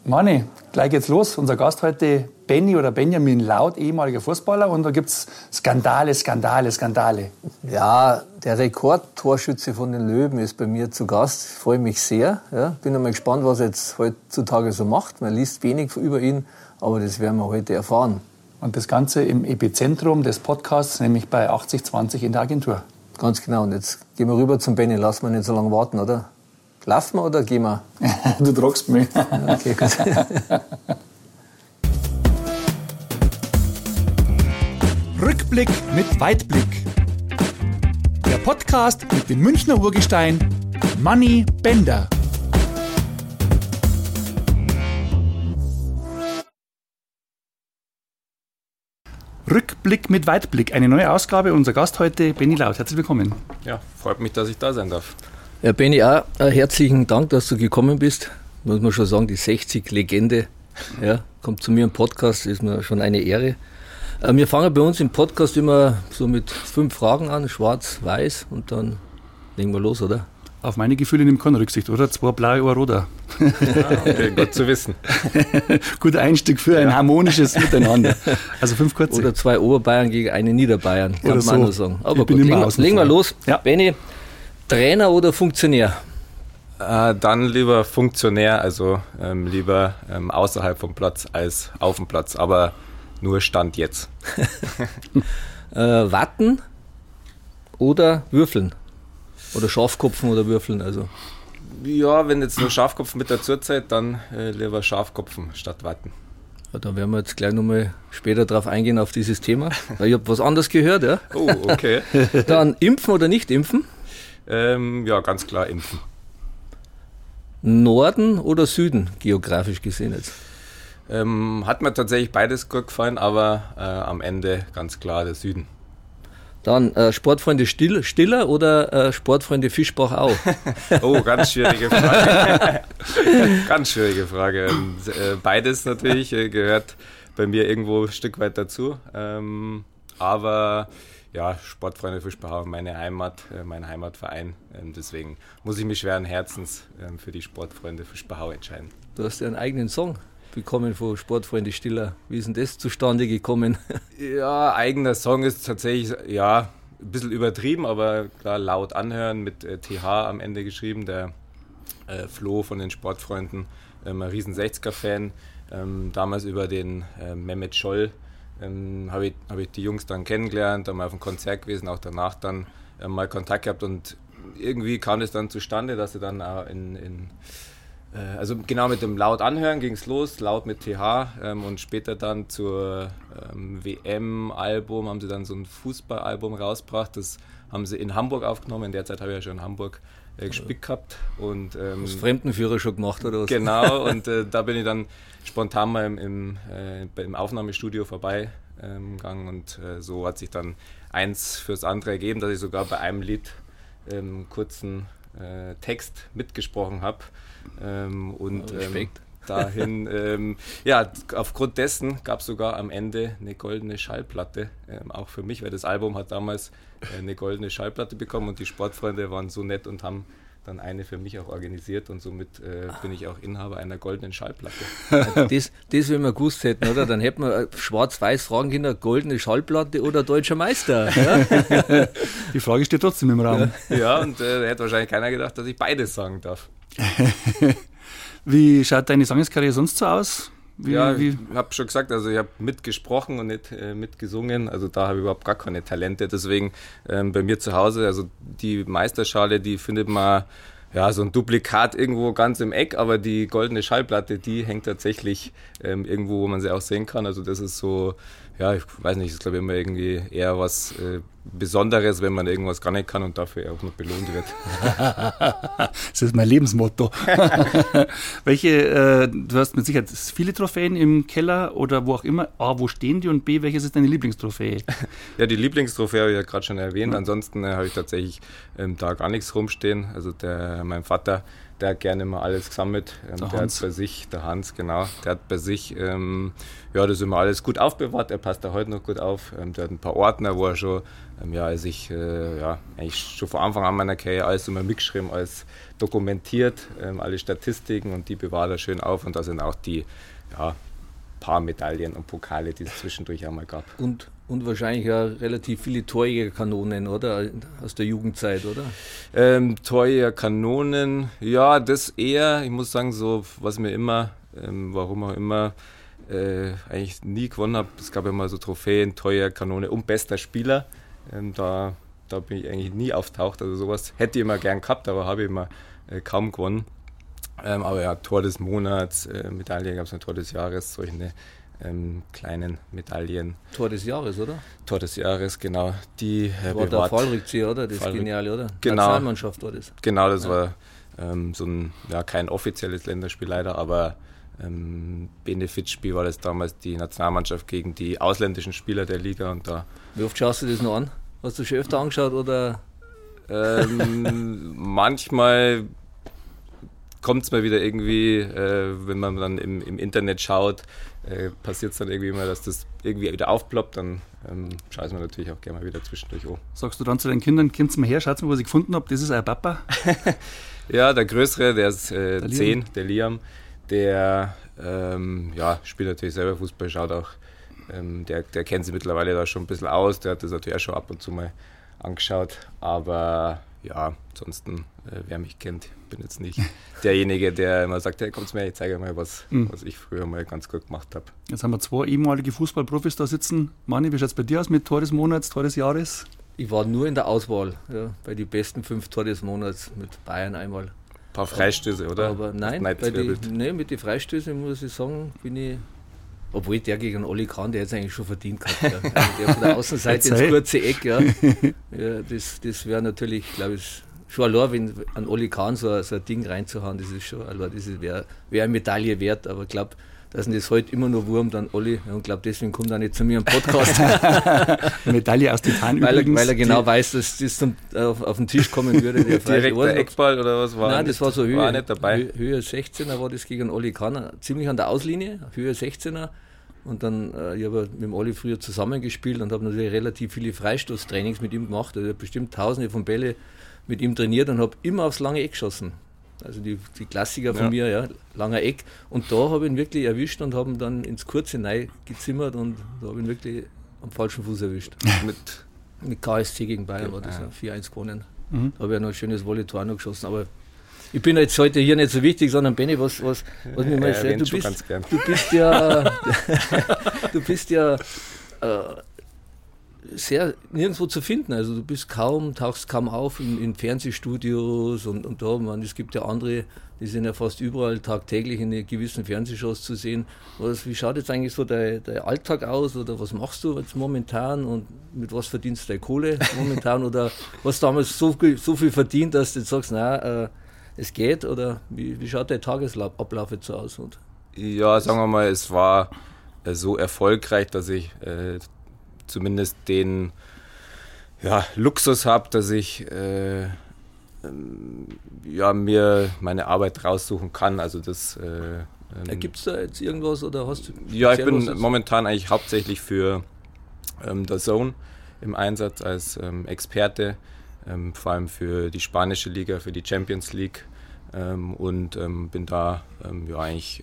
Manni, gleich geht's los. Unser Gast heute Benny oder Benjamin Laut, ehemaliger Fußballer. Und da gibt's Skandale. Ja, der Rekordtorschütze von den Löwen ist bei mir zu Gast. Ich freue mich sehr. Ja, bin einmal gespannt, was er jetzt heutzutage so macht. Man liest wenig über ihn, aber das werden wir heute erfahren. Und das Ganze im Epizentrum des Podcasts, nämlich bei 80/20 in der Agentur. Ganz genau. Und jetzt gehen wir rüber zum Benny. Lassen wir nicht so lange warten, oder? Laufen wir oder gehen wir? Du tragst mich. Okay, gut. Rückblick mit Weitblick. Der Podcast mit dem Münchner Urgestein Manni Bender. Rückblick mit Weitblick, eine neue Ausgabe. Unser Gast heute, Benny Laut. Herzlich willkommen. Ja, freut mich, dass ich da sein darf. Ja, Benny, auch herzlichen Dank, dass du gekommen bist. Muss man schon sagen, die 60-Legende ja, kommt zu mir im Podcast, ist mir schon eine Ehre. Wir fangen bei uns im Podcast immer so mit 5 Fragen an, schwarz, weiß, und dann legen wir los, oder? Auf meine Gefühle nimmt keine Rücksicht, oder? 2 blaue, 1 roter. Ja, okay, gut zu wissen. Guter Einstieg für ein harmonisches Miteinander. Also 5 kurze. Oder 2 Oberbayern gegen eine Niederbayern, kann man auch nur sagen. Aber gut, legen wir los. Ja. Benny, Trainer oder Funktionär? Dann lieber Funktionär, also lieber außerhalb vom Platz als auf dem Platz, aber nur Stand jetzt. Watten oder Würfeln? Oder Schafkopfen oder Würfeln? Also. Ja, wenn jetzt nur Schafkopfen mit dazu zählt, dann lieber Schafkopfen statt Watten. Ja, da werden wir jetzt gleich nochmal später drauf eingehen, auf dieses Thema. Weil ich habe was anderes gehört. Ja? Oh, okay. Dann impfen oder nicht impfen? Ja, ganz klar impfen. Norden oder Süden, geografisch gesehen jetzt? Hat mir tatsächlich beides gut gefallen, aber am Ende ganz klar der Süden. Dann Sportfreunde Stiller oder Sportfreunde Fischbach-Au? Oh, ganz schwierige Frage. Ganz schwierige Frage. Beides natürlich gehört bei mir irgendwo ein Stück weit dazu. Aber ja, Sportfreunde Fischbach-Au, meine Heimat, mein Heimatverein. Deswegen muss ich mich schweren Herzens für die Sportfreunde Fischbach-Au entscheiden. Du hast ja einen eigenen Song bekommen von Sportfreunde Stiller. Wie ist denn das zustande gekommen? Ja, eigener Song ist tatsächlich, ja, ein bisschen übertrieben, aber klar, laut anhören, mit TH am Ende geschrieben, der Flo von den Sportfreunden, ein riesen 60er-Fan, damals über den Mehmet Scholl habe ich die Jungs dann kennengelernt, dann mal auf dem Konzert gewesen, auch danach dann mal Kontakt gehabt und irgendwie kam es dann zustande, dass sie dann auch also genau mit dem Laut anhören ging es los, Laut mit TH und später dann zur WM-Album haben sie dann so ein Fußballalbum rausgebracht, das haben sie in Hamburg aufgenommen, in der Zeit habe ich ja schon in Hamburg gespielt gehabt. Und, das Fremdenführer schon gemacht oder was? Genau, und da bin ich dann spontan mal im Aufnahmestudio vorbeigegangen und so hat sich dann eins fürs andere ergeben, dass ich sogar bei einem Lied kurzen Text mitgesprochen habe. Dahin, ja, aufgrund dessen gab es sogar am Ende eine goldene Schallplatte, auch für mich, weil das Album hat damals eine goldene Schallplatte bekommen und die Sportfreunde waren so nett und haben dann eine für mich auch organisiert und somit bin ich auch Inhaber einer goldenen Schallplatte. Das wenn wir gewusst hätten, oder? Dann hätten wir schwarz-weiß fragen können, goldene Schallplatte oder deutscher Meister. Ja? Die Frage steht trotzdem im Raum. Ja, und da hätte wahrscheinlich keiner gedacht, dass ich beides sagen darf. Wie schaut deine Sangeskarriere sonst so aus? Ich habe schon gesagt, also ich habe mitgesprochen und nicht mitgesungen, also da habe ich überhaupt gar keine Talente, deswegen bei mir zu Hause, also die Meisterschale, die findet man, ja, so ein Duplikat irgendwo ganz im Eck, aber die goldene Schallplatte, die hängt tatsächlich irgendwo, wo man sie auch sehen kann, also das ist so, ja, ich weiß nicht, das ist glaube ich immer irgendwie eher was Besonderes, wenn man irgendwas gar nicht kann und dafür auch noch belohnt wird. Das ist mein Lebensmotto. Du hast mit Sicherheit viele Trophäen im Keller oder wo auch immer. A, wo stehen die und B, welches ist deine Lieblingstrophäe? Ja, die Lieblingstrophäe habe ich ja gerade schon erwähnt. Ja. Ansonsten habe ich tatsächlich da gar nichts rumstehen. Also mein Vater, der der hat gerne immer alles gesammelt. Der Hans. hat bei sich, der Hans, genau, der hat bei sich, das immer alles gut aufbewahrt. Er passt da heute noch gut auf. Der hat ein paar Ordner, wo er schon, eigentlich schon von Anfang an meiner Karriere alles immer mitgeschrieben, alles dokumentiert, alle Statistiken, und die bewahrt er schön auf. Und da sind auch die, paar Medaillen und Pokale, die es zwischendurch einmal gab. Und wahrscheinlich ja relativ viele Torjägerkanonen, oder? Aus der Jugendzeit, oder? Torjägerkanonen, ja, das eher. Ich muss sagen, so, was mir immer, warum auch immer, eigentlich nie gewonnen habe. Es gab immer so Trophäen, Torjägerkanone und bester Spieler. Da bin ich eigentlich nie auftaucht. Also sowas hätte ich immer gern gehabt, aber habe ich immer kaum gewonnen. Aber ja, Tor des Monats, Medaille gab es, ein Tor des Jahres, solche kleinen Medaillen. Tor des Jahres, oder? Tor des Jahres, genau. Die war der Fallrückzieher, oder? Das Geniale, oder? Genau. Nationalmannschaft war das. Genau, das war so ein, kein offizielles Länderspiel leider, aber Benefizspiel war das damals, die Nationalmannschaft gegen die ausländischen Spieler der Liga. Und da. Wie oft schaust du das noch an? Hast du schon öfter angeschaut, oder? Manchmal kommt es mal wieder irgendwie, wenn man dann im Internet schaut, passiert es dann irgendwie immer, dass das irgendwie wieder aufploppt, dann schaue ich mir natürlich auch gerne mal wieder zwischendurch an. Sagst du dann zu deinen Kindern, kommt mal her, schaut mal, was ich gefunden habe, das ist euer Papa? Ja, der Größere, der ist 10, der Liam, der spielt natürlich selber Fußball, schaut auch, der kennt sich mittlerweile da schon ein bisschen aus, der hat das natürlich auch schon ab und zu mal angeschaut, aber ja, ansonsten, wer mich kennt, bin jetzt nicht derjenige, der immer sagt, hey, kommt's mir, ich zeige mal, was ich früher mal ganz gut gemacht habe. Jetzt haben wir 2 ehemalige Fußballprofis da sitzen. Manni, wie schaut es bei dir aus mit Tor des Monats, Tor des Jahres? Ich war nur in der Auswahl, bei den besten 5 Tor des Monats, mit Bayern einmal. Ein paar Freistöße, oder? Aber nein, mit den Freistößen muss ich sagen, bin ich, obwohl der gegen Oli Kahn, der hat es eigentlich schon verdient gehabt. Ja. Der von der Außenseite ins kurze Eck, ja, das wäre natürlich, glaube ich, schon allein, wenn an Oli Kahn so ein Ding reinzuhauen, das ist schon, das wäre eine Medaille wert, aber ich glaube, dass ihn das heute immer noch wurmt an Oli, und ich glaube, deswegen kommt er nicht zu mir im Podcast. Medaille aus Titan übrigens. Weil er genau weiß, dass das auf den Tisch kommen würde. Direkt der Eckball oder was war? Nein, das war so Höhe, nicht dabei. Höhe 16er war das gegen Oli Kahn, ziemlich an der Auslinie, Höhe 16er. Und dann, ich habe mit dem Oli früher zusammengespielt und habe natürlich relativ viele Freistoßtrainings mit ihm gemacht. Also ich habe bestimmt tausende von Bälle mit ihm trainiert und habe immer aufs lange Eck geschossen. Also die Klassiker von mir, ja, langer Eck. Und da habe ich ihn wirklich erwischt und habe ihn dann ins Kurze rein gezimmert und da habe ich ihn wirklich am falschen Fuß erwischt. Mit KSC gegen Bayern war das, 4-1 gewonnen. Da habe ich noch ein schönes Volley-Tor noch geschossen. Aber ich bin jetzt heute hier nicht so wichtig, sondern Benni, was mir mal sagt, du bist ja sehr nirgendwo zu finden. Also du tauchst kaum auf in Fernsehstudios und da, es gibt ja andere, die sind ja fast überall tagtäglich in gewissen Fernsehshows zu sehen. Wie schaut jetzt eigentlich so dein Alltag aus, oder was machst du jetzt momentan und mit was verdienst du deine Kohle momentan, oder hast du damals so viel verdient, dass du jetzt sagst, es geht, oder wie schaut der Tagesablauf jetzt so aus? Ja, sagen wir mal, es war so erfolgreich, dass ich zumindest den Luxus habe, dass ich mir meine Arbeit raussuchen kann. Also das. Gibt es da jetzt irgendwas, oder hast du? Ja, ich bin momentan eigentlich hauptsächlich für The Zone im Einsatz als Experte. Vor allem für die spanische Liga, für die Champions League, und bin da eigentlich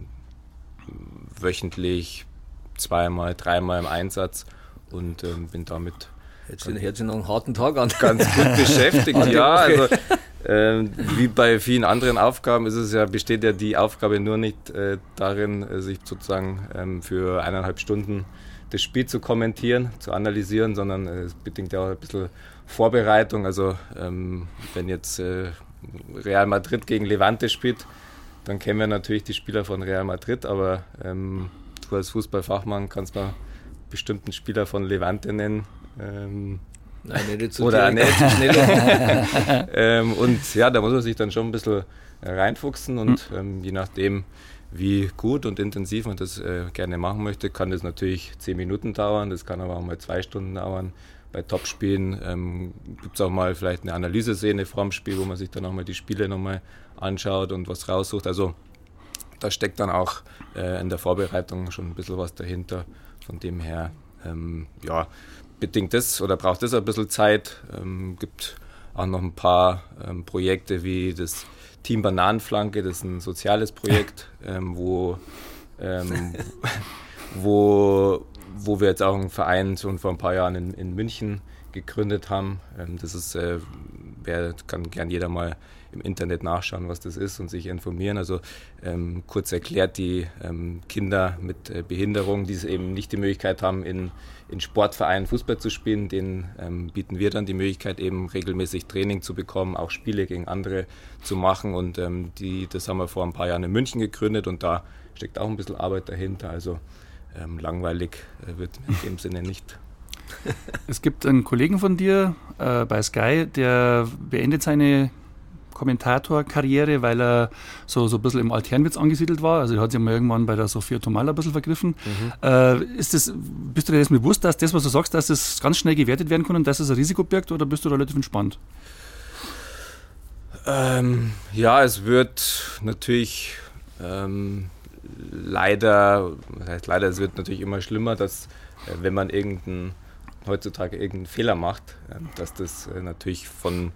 wöchentlich 2-mal, 3-mal im Einsatz und bin damit Hört sich noch einen harten Tag an. Ganz gut beschäftigt, ja. Also, wie bei vielen anderen Aufgaben besteht ja die Aufgabe nur nicht darin, sich sozusagen für 1,5 Stunden das Spiel zu kommentieren, zu analysieren, sondern es bedingt ja auch ein bisschen Vorbereitung. Also wenn jetzt Real Madrid gegen Levante spielt, dann kennen wir natürlich die Spieler von Real Madrid, aber du als Fußballfachmann kannst mal bestimmten Spieler von Levante nennen. Nein, nicht so oder nicht zu schnell. Und ja, da muss man sich dann schon ein bisschen reinfuchsen und je nachdem, wie gut und intensiv man das gerne machen möchte, kann das natürlich 10 Minuten dauern, das kann aber auch mal 2 Stunden dauern bei Topspielen gibt es auch mal vielleicht eine Analyseszene vorm Spiel, wo man sich dann auch mal die Spiele nochmal anschaut und was raussucht. Also da steckt dann auch in der Vorbereitung schon ein bisschen was dahinter. Von dem her, bedingt das oder braucht das ein bisschen Zeit. Gibt auch noch ein paar Projekte wie das Team Bananenflanke, das ist ein soziales Projekt, wo wir jetzt auch einen Verein schon vor ein paar Jahren in München gegründet haben. Das ist, kann gern jeder mal im Internet nachschauen, was das ist und sich informieren. Also kurz erklärt, die Kinder mit Behinderung, die es eben nicht die Möglichkeit haben, in Sportvereinen Fußball zu spielen, denen bieten wir dann die Möglichkeit, eben regelmäßig Training zu bekommen, auch Spiele gegen andere zu machen. Und das haben wir vor ein paar Jahren in München gegründet und da steckt auch ein bisschen Arbeit dahinter. Also langweilig wird in dem Sinne nicht. Es gibt einen Kollegen von dir bei Sky, der beendet seine Kommentatorkarriere, weil er so ein bisschen im Altherrenwitz angesiedelt war. Also er hat sich mal irgendwann bei der Sophia Tomalla ein bisschen vergriffen. Bist du dir das bewusst, dass das, was du sagst, dass das ganz schnell gewertet werden kann und dass es ein Risiko birgt, oder bist du relativ entspannt? Es wird natürlich es wird natürlich immer schlimmer, dass wenn man heutzutage irgendeinen Fehler macht, dass das natürlich von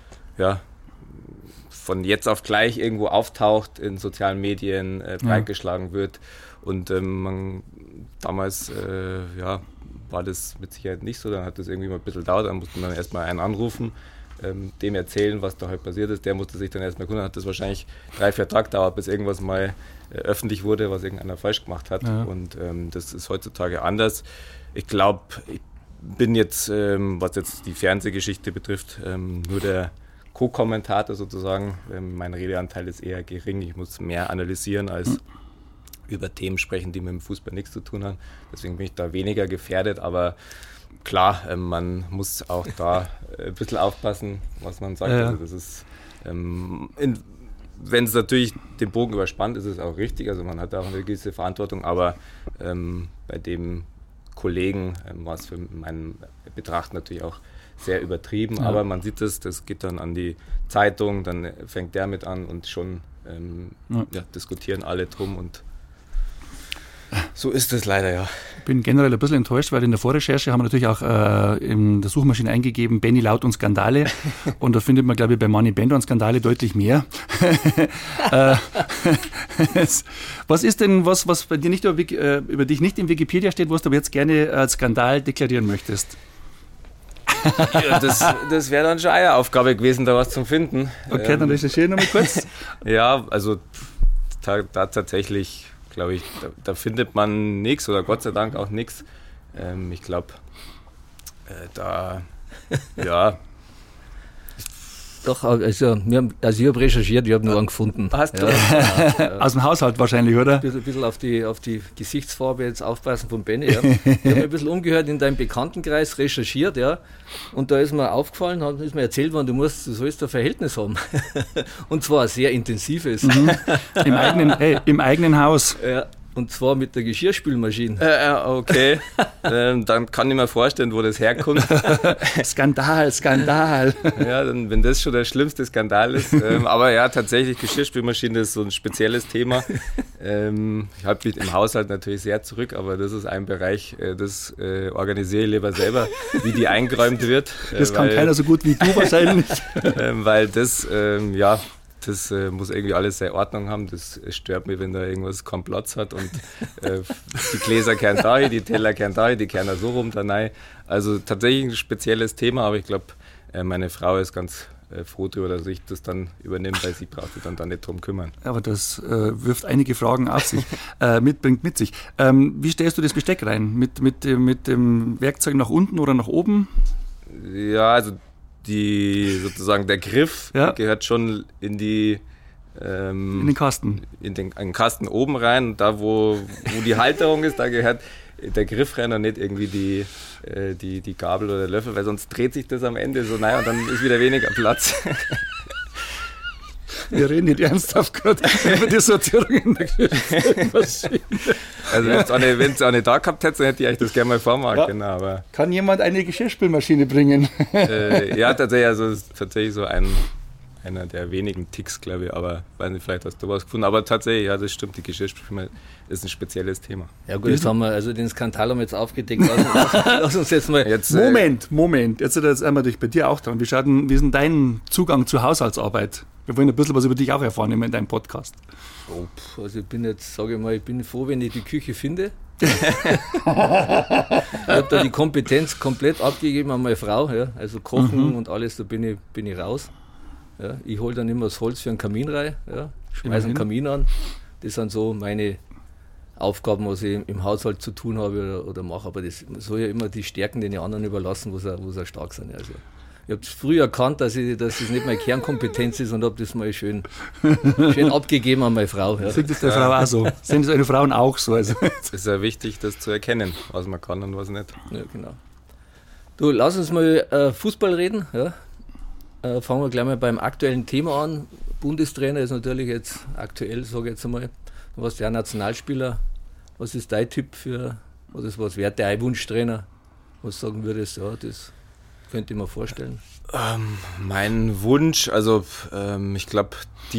jetzt auf gleich irgendwo auftaucht, in sozialen Medien breitgeschlagen wird. Und damals war das mit Sicherheit nicht so, dann hat das irgendwie mal ein bisschen gedauert, dann musste man erstmal einen anrufen, dem erzählen, was da heute passiert ist. Der musste sich dann erstmal kümmern, hat das wahrscheinlich 3-4 Tage gedauert, bis irgendwas mal öffentlich wurde, was irgendeiner falsch gemacht hat. Ja. Und das ist heutzutage anders. Ich glaube, ich bin jetzt, was jetzt die Fernsehgeschichte betrifft, nur der Co-Kommentator sozusagen. Mein Redeanteil ist eher gering. Ich muss mehr analysieren als über Themen sprechen, die mit dem Fußball nichts zu tun haben. Deswegen bin ich da weniger gefährdet. Aber klar, man muss auch da ein bisschen aufpassen, was man sagt. Ja. Also das ist, wenn es natürlich den Bogen überspannt, ist es auch richtig. Also man hat da auch eine gewisse Verantwortung. Aber bei dem Kollegen war es für meinen Betracht natürlich auch sehr übertrieben, aber man sieht das geht dann an die Zeitung, dann fängt der mit an und schon diskutieren alle drum und so ist es leider, ja. Ich bin generell ein bisschen enttäuscht, weil in der Vorrecherche haben wir natürlich auch in der Suchmaschine eingegeben, Benny Laut und Skandale, und da findet man, glaube ich, bei Money Bender und Skandale deutlich mehr. Was ist denn was bei dir nicht über dich nicht im Wikipedia steht, was du aber jetzt gerne als Skandal deklarieren möchtest? Ja, das wäre dann schon eine Aufgabe gewesen, da was zu finden. Okay, dann recherchiere nochmal kurz. Ja, also da tatsächlich, glaube ich, da findet man nichts oder Gott sei Dank auch nichts. Ich glaube, Doch, also ich habe recherchiert, ich habe nur einen gefunden. Hast du? Ja. Aus dem Haushalt wahrscheinlich, oder? Ein bisschen auf die Gesichtsfarbe jetzt aufpassen von Benny. Ja. Ich habe mir ein bisschen umgehört in deinem Bekanntenkreis, recherchiert, ja. Und da ist mir aufgefallen, ist mir erzählt worden, du sollst ein Verhältnis haben. Und zwar ein sehr intensives. Im eigenen Haus. Ja. Und zwar mit der Geschirrspülmaschine. Okay, dann kann ich mir vorstellen, wo das herkommt. Skandal. Ja, dann, wenn das schon der schlimmste Skandal ist. Aber ja, tatsächlich, Geschirrspülmaschine ist so ein spezielles Thema. Ich halte mich im Haushalt natürlich sehr zurück, aber das ist ein Bereich, das organisiere ich lieber selber, wie die eingeräumt wird. Das kann keiner so gut wie du wahrscheinlich. Weil das, das muss irgendwie alles seine Ordnung haben. Das stört mich, wenn da irgendwas keinen Platz hat und die Gläser kehren da, die Teller kehren da, die kehren da so rum da rein. Also tatsächlich ein spezielles Thema, aber ich glaube, meine Frau ist ganz froh darüber, dass ich das dann übernehme, weil sie braucht sich dann da nicht drum kümmern. Aber das wirft einige Fragen auf sich, bringt mit sich. Wie stellst du das Besteck rein? Mit dem Werkzeug nach unten oder nach oben? Ja, also sozusagen der Griff gehört schon in den Kasten. In den Kasten oben rein. Und da, wo die Halterung ist, da gehört der Griff rein und nicht irgendwie die Gabel oder der Löffel, weil sonst dreht sich das am Ende so rein und dann ist wieder weniger Platz. Wir reden nicht ernsthaft gerade über die Sortierung in der Geschirrspülmaschine. Also wenn es auch nicht da gehabt hätte, dann hätte ich euch das gerne mal vormachen. Ja. Genau, aber kann jemand eine Geschirrspülmaschine bringen? Ja, tatsächlich, also es ist tatsächlich so einer der wenigen Ticks, glaube ich, aber weiß nicht, vielleicht hast du was gefunden, aber tatsächlich, ja, das stimmt, die Geschirrspülmaschine ist ein spezielles Thema. Ja gut, jetzt haben wir, also den Skandal haben wir jetzt aufgedeckt, lass uns jetzt mal... Jetzt, Moment, jetzt sind wir durch bei dir auch dran. Wie ist denn dein Zugang zur Haushaltsarbeit? Wir wollen ein bisschen was über dich auch erfahren in deinem Podcast. Also ich bin jetzt, sage ich mal, ich bin froh, wenn ich die Küche finde. Ich habe da die Kompetenz komplett abgegeben an meine Frau, ja. Also Kochen und alles, da bin ich raus. Ja. Ich hole dann immer das Holz für einen Kamin rein, ja. Schmeiße einen Kamin an. Das sind so meine Aufgaben, was ich im Haushalt zu tun habe oder mache. Aber das soll ja immer die Stärken den anderen überlassen, wo sie stark sind. Also ich habe früh erkannt, dass das nicht meine Kernkompetenz ist und habe das mal schön abgegeben an meine Frau. Ja. Sind das der Frau auch so? Sind das eure Frauen auch so? Also. Es ist ja wichtig, das zu erkennen, was man kann und was nicht. Ja, genau. Du, lass uns mal Fußball reden. Ja. Fangen wir gleich mal beim aktuellen Thema an. Bundestrainer ist natürlich jetzt aktuell, sage ich jetzt einmal. Du warst ja Nationalspieler. Was ist dein Tipp für, was wäre dein Wunschtrainer? Was sagen würdest, ja, das könnte ich mir vorstellen. Mein Wunsch, also ich glaube,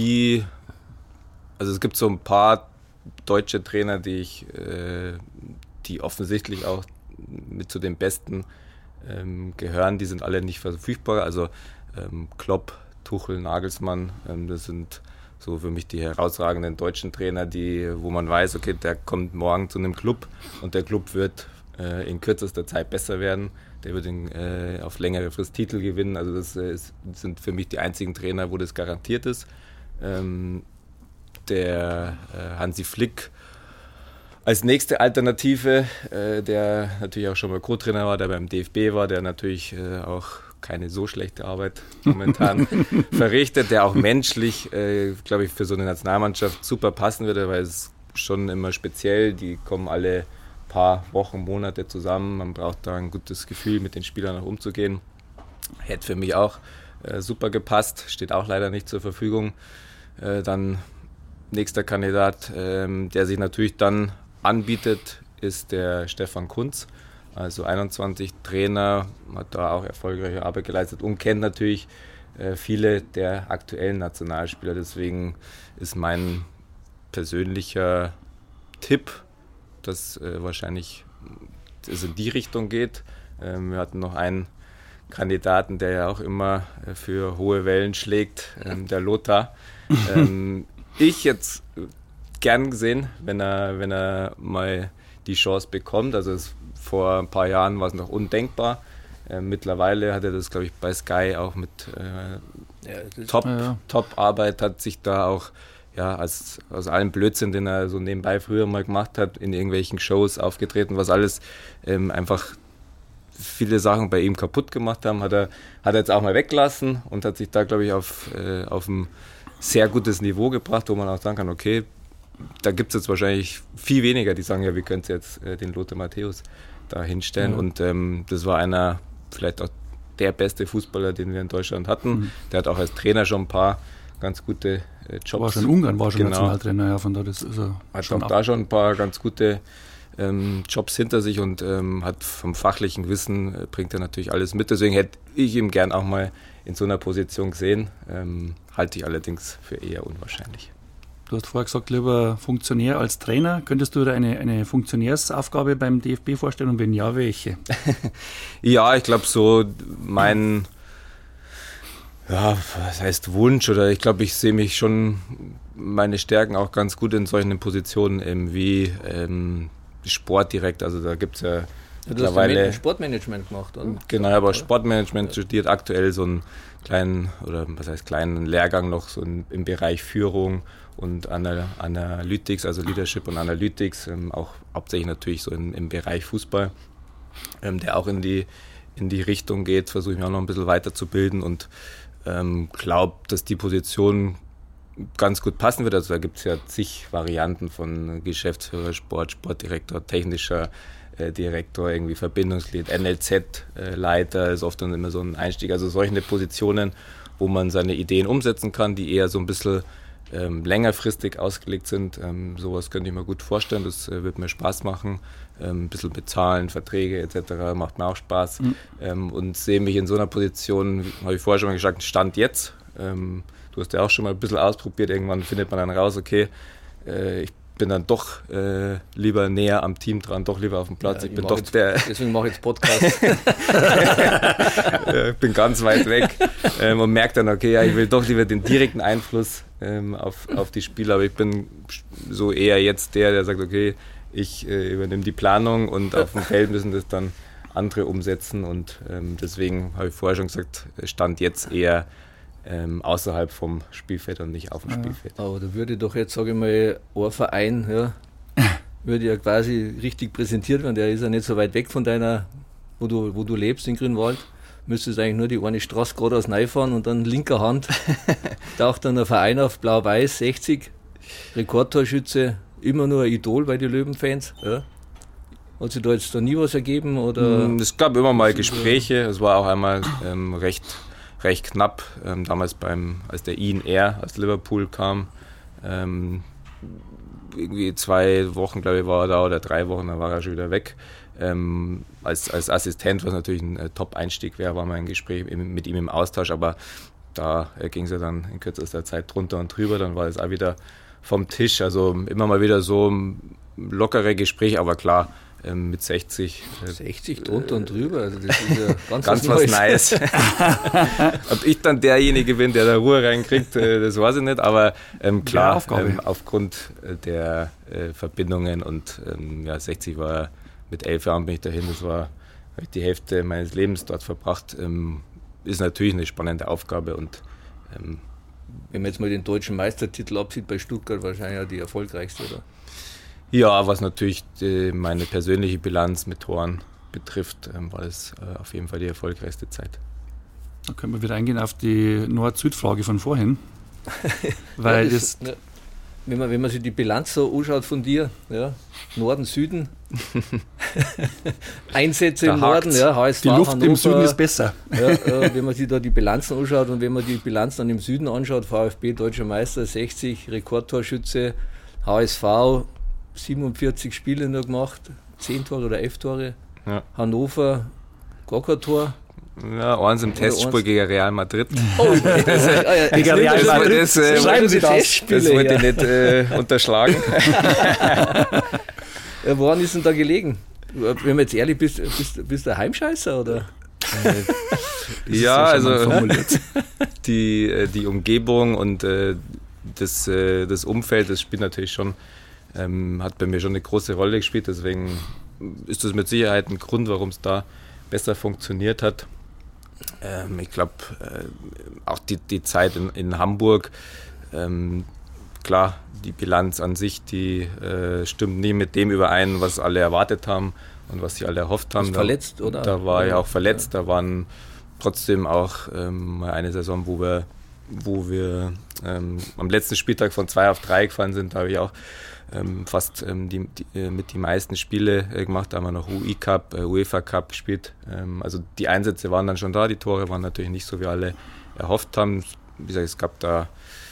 es gibt so ein paar deutsche Trainer, die offensichtlich auch mit zu den Besten gehören, die sind alle nicht verfügbar, also Klopp, Tuchel, Nagelsmann, das sind so für mich die herausragenden deutschen Trainer, wo man weiß, okay, der kommt morgen zu einem Club und der Club wird in kürzester Zeit besser werden, der wird auf längere Frist Titel gewinnen, also das sind für mich die einzigen Trainer, wo das garantiert ist. Der Hansi Flick als nächste Alternative, der natürlich auch schon mal Co-Trainer war, der beim DFB war, der natürlich auch keine so schlechte Arbeit momentan verrichtet, der auch menschlich, glaube ich, für so eine Nationalmannschaft super passen würde, weil es schon immer speziell, die kommen alle paar Wochen, Monate zusammen, man braucht da ein gutes Gefühl, mit den Spielern auch umzugehen. Hätte für mich auch super gepasst, steht auch leider nicht zur Verfügung. Dann nächster Kandidat, der sich natürlich dann anbietet, ist der Stefan Kuntz. Also 21 Trainer, hat da auch erfolgreiche Arbeit geleistet und kennt natürlich viele der aktuellen Nationalspieler. Deswegen ist mein persönlicher Tipp, dass wahrscheinlich es in die Richtung geht. Wir hatten noch einen Kandidaten, der ja auch immer für hohe Wellen schlägt, der Lothar. Ich jetzt gern gesehen, wenn er mal die Chance bekommt. Also vor ein paar Jahren war es noch undenkbar. Mittlerweile hat er das, glaube ich, bei Sky auch mit Top-Arbeit, hat sich da auch aus allem Blödsinn, den er so nebenbei früher mal gemacht hat, in irgendwelchen Shows aufgetreten, was alles einfach viele Sachen bei ihm kaputt gemacht haben, hat er jetzt auch mal weggelassen und hat sich da, glaube ich, auf ein sehr gutes Niveau gebracht, wo man auch sagen kann, okay, da gibt es jetzt wahrscheinlich viel weniger, die sagen, ja, wie könnt ihr jetzt den Lothar Matthäus da hinstellen. Ja. Und das war einer, vielleicht auch der beste Fußballer, den wir in Deutschland hatten. Der hat auch als Trainer schon ein paar ganz gute Jobs. War schon in Ungarn, war schon Nationaltrainer, ja, von da. Das ist hat auch da schon ein paar ganz gute Jobs hinter sich und hat vom fachlichen Wissen, bringt er natürlich alles mit. Deswegen hätte ich ihn gern auch mal in so einer Position gesehen. Halte ich allerdings für eher unwahrscheinlich. Du hast vorher gesagt, lieber Funktionär als Trainer. Könntest du dir eine Funktionärsaufgabe beim DFB vorstellen und wenn ja, welche? Ja, ich glaube so was heißt Wunsch oder ich glaube, ich sehe mich schon meine Stärken auch ganz gut in solchen Positionen wie Sportdirektor. Also da gibt es ja mittlerweile... Du hast Sportmanagement gemacht, oder? Genau, aber Sportmanagement studiert aktuell so einen kleinen Lehrgang noch so im Bereich Führung und Analytics, also Leadership und Analytics, auch hauptsächlich natürlich so im Bereich Fußball, der auch in die Richtung geht, versuche ich mich auch noch ein bisschen weiterzubilden und glaube, dass die Position ganz gut passen wird. Also da gibt es ja zig Varianten von Geschäftsführer, Sportdirektor, technischer Direktor, irgendwie Verbindungsglied, NLZ-Leiter ist oft dann immer so ein Einstieg. Also solche Positionen wo man seine Ideen umsetzen kann, die eher so ein bisschen längerfristig ausgelegt sind. Sowas könnte ich mir gut vorstellen, das wird mir Spaß machen. Ein bisschen bezahlen, Verträge etc. macht mir auch Spaß. Und sehe mich in so einer Position, habe ich vorher schon mal gesagt, Stand jetzt. Du hast ja auch schon mal ein bisschen ausprobiert, irgendwann findet man dann raus, okay, ich bin dann doch lieber näher am Team dran, doch lieber auf dem Platz. Ja, ich bin doch deswegen mache ich jetzt Podcast. Ich bin ganz weit weg und merke dann, okay, ja, ich will doch lieber den direkten Einfluss auf die Spieler, aber ich bin so eher jetzt der sagt, okay, ich übernehme die Planung und auf dem Feld müssen das dann andere umsetzen und deswegen habe ich vorher schon gesagt, Stand jetzt eher außerhalb vom Spielfeld und nicht auf dem Spielfeld. Aber da würde doch jetzt, sage ich mal, ein Verein, ja, würde ja quasi richtig präsentiert werden, der ist ja nicht so weit weg von deiner, wo du lebst in Grünwald, müsstest eigentlich nur die eine Straße geradeaus reinfahren und dann linker Hand taucht dann ein Verein auf, blau-weiß, 60, Rekordtorschütze, immer nur ein Idol bei den Löwenfans. Ja. Hat sich da jetzt da nie was ergeben? Oder? Es gab immer mal Gespräche, es war auch einmal recht knapp, damals als der Ian Air aus Liverpool kam, irgendwie 2 Wochen, glaube ich, war er da oder 3 Wochen, dann war er schon wieder weg. Als Assistent, was natürlich ein Top-Einstieg wäre, war mein Gespräch mit ihm im Austausch, aber da ging es ja dann in kürzester Zeit drunter und drüber, dann war es auch wieder vom Tisch, also immer mal wieder so lockere Gespräche, aber klar, mit 60. 60 drunter und drüber, also das ist ja ganz was Neues. Ob ich dann derjenige bin, der da Ruhe reinkriegt, das weiß ich nicht, aber klar, aufgrund der Verbindungen und 60 war, mit 11 Jahren bin ich dahin, das war, habe ich die Hälfte meines Lebens dort verbracht, ist natürlich eine spannende Aufgabe und wenn man jetzt mal den deutschen Meistertitel absieht bei Stuttgart, wahrscheinlich auch die erfolgreichste, oder? Ja, was natürlich meine persönliche Bilanz mit Toren betrifft, war es auf jeden Fall die erfolgreichste Zeit. Da können wir wieder eingehen auf die Nord-Süd-Frage von vorhin. Weil wenn man sich die Bilanz so anschaut von dir, ja, Norden, Süden, Einsätze im Norden, ja, HSV, die Luft Hannover, im Süden ist besser. Ja, wenn man sich da die Bilanzen anschaut und wenn man die Bilanz dann im Süden anschaut, VfB, Deutscher Meister, 60, Rekordtorschütze, HSV, 47 Spiele nur gemacht, 10 Tore oder 11 Tore, ja. Hannover, gar kein Tor. Ja, eins im Testspiel gegen Real Madrid. Oh, gegen Real Madrid. Das wollte ich nicht unterschlagen. Woran ist denn da gelegen? Wenn man jetzt ehrlich bist du ein Heimscheißer, oder? Ja, also die Umgebung und das Umfeld, das spielt natürlich schon, hat bei mir schon eine große Rolle gespielt, deswegen ist das mit Sicherheit ein Grund, warum es da besser funktioniert hat. Ich glaube, auch die Zeit in Hamburg, klar, die Bilanz an sich, die stimmt nie mit dem überein, was alle erwartet haben und was sie alle erhofft haben. Verletzt, oder? Da war ich auch verletzt, da waren trotzdem auch mal eine Saison, wo wir am letzten Spieltag von 2 auf 3 gefallen sind, da habe ich auch fast mit die meisten Spiele gemacht, da haben wir noch UI-Cup, UEFA Cup gespielt. Also die Einsätze waren dann schon da, die Tore waren natürlich nicht so, wie alle erhofft haben. Wie gesagt, es gab da,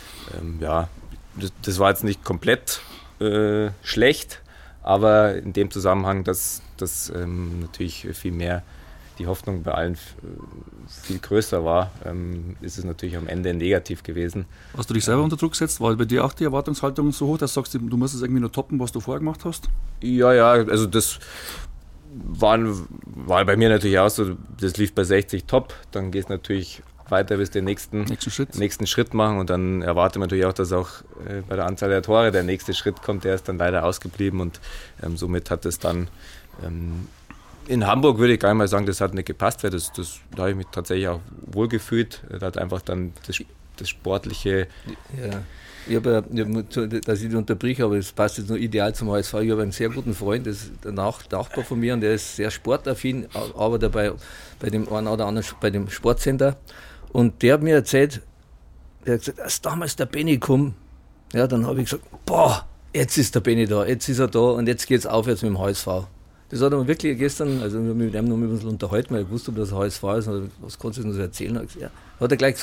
das war jetzt nicht komplett schlecht, aber in dem Zusammenhang, dass natürlich viel mehr die Hoffnung bei allen viel größer war, ist es natürlich am Ende negativ gewesen. Hast du dich selber unter Druck gesetzt? War bei dir auch die Erwartungshaltung so hoch, dass du sagst, du musst es irgendwie nur toppen, was du vorher gemacht hast? Ja, also das war bei mir natürlich auch so, das lief bei 60 top, dann geht es natürlich weiter bis den nächsten Schritt machen und dann erwartet man natürlich auch, dass auch bei der Anzahl der Tore der nächste Schritt kommt, der ist dann leider ausgeblieben und somit hat es dann in Hamburg würde ich gar nicht mal sagen, das hat nicht gepasst, weil da habe ich mich tatsächlich auch wohl gefühlt. Da hat einfach dann das Sportliche. Ja. Ich habe, dass ich dich unterbrich, aber das passt jetzt nur ideal zum HSV. Ich habe einen sehr guten Freund, das ist der Nachbar von mir und der ist sehr sportaffin, arbeitet bei dem einen oder anderen, bei dem Sportcenter. Und der hat mir erzählt, als damals der Benny kam, ja, dann habe ich gesagt, boah, jetzt ist der Benny da, jetzt ist er da und jetzt geht es aufwärts mit dem HSV. Das hat er mir wirklich gestern, also mit dem noch ein bisschen unterhalten, weil ich wusste, dass er HSV ist, und was kannst du uns erzählen? Ja, hat er gleich gesagt,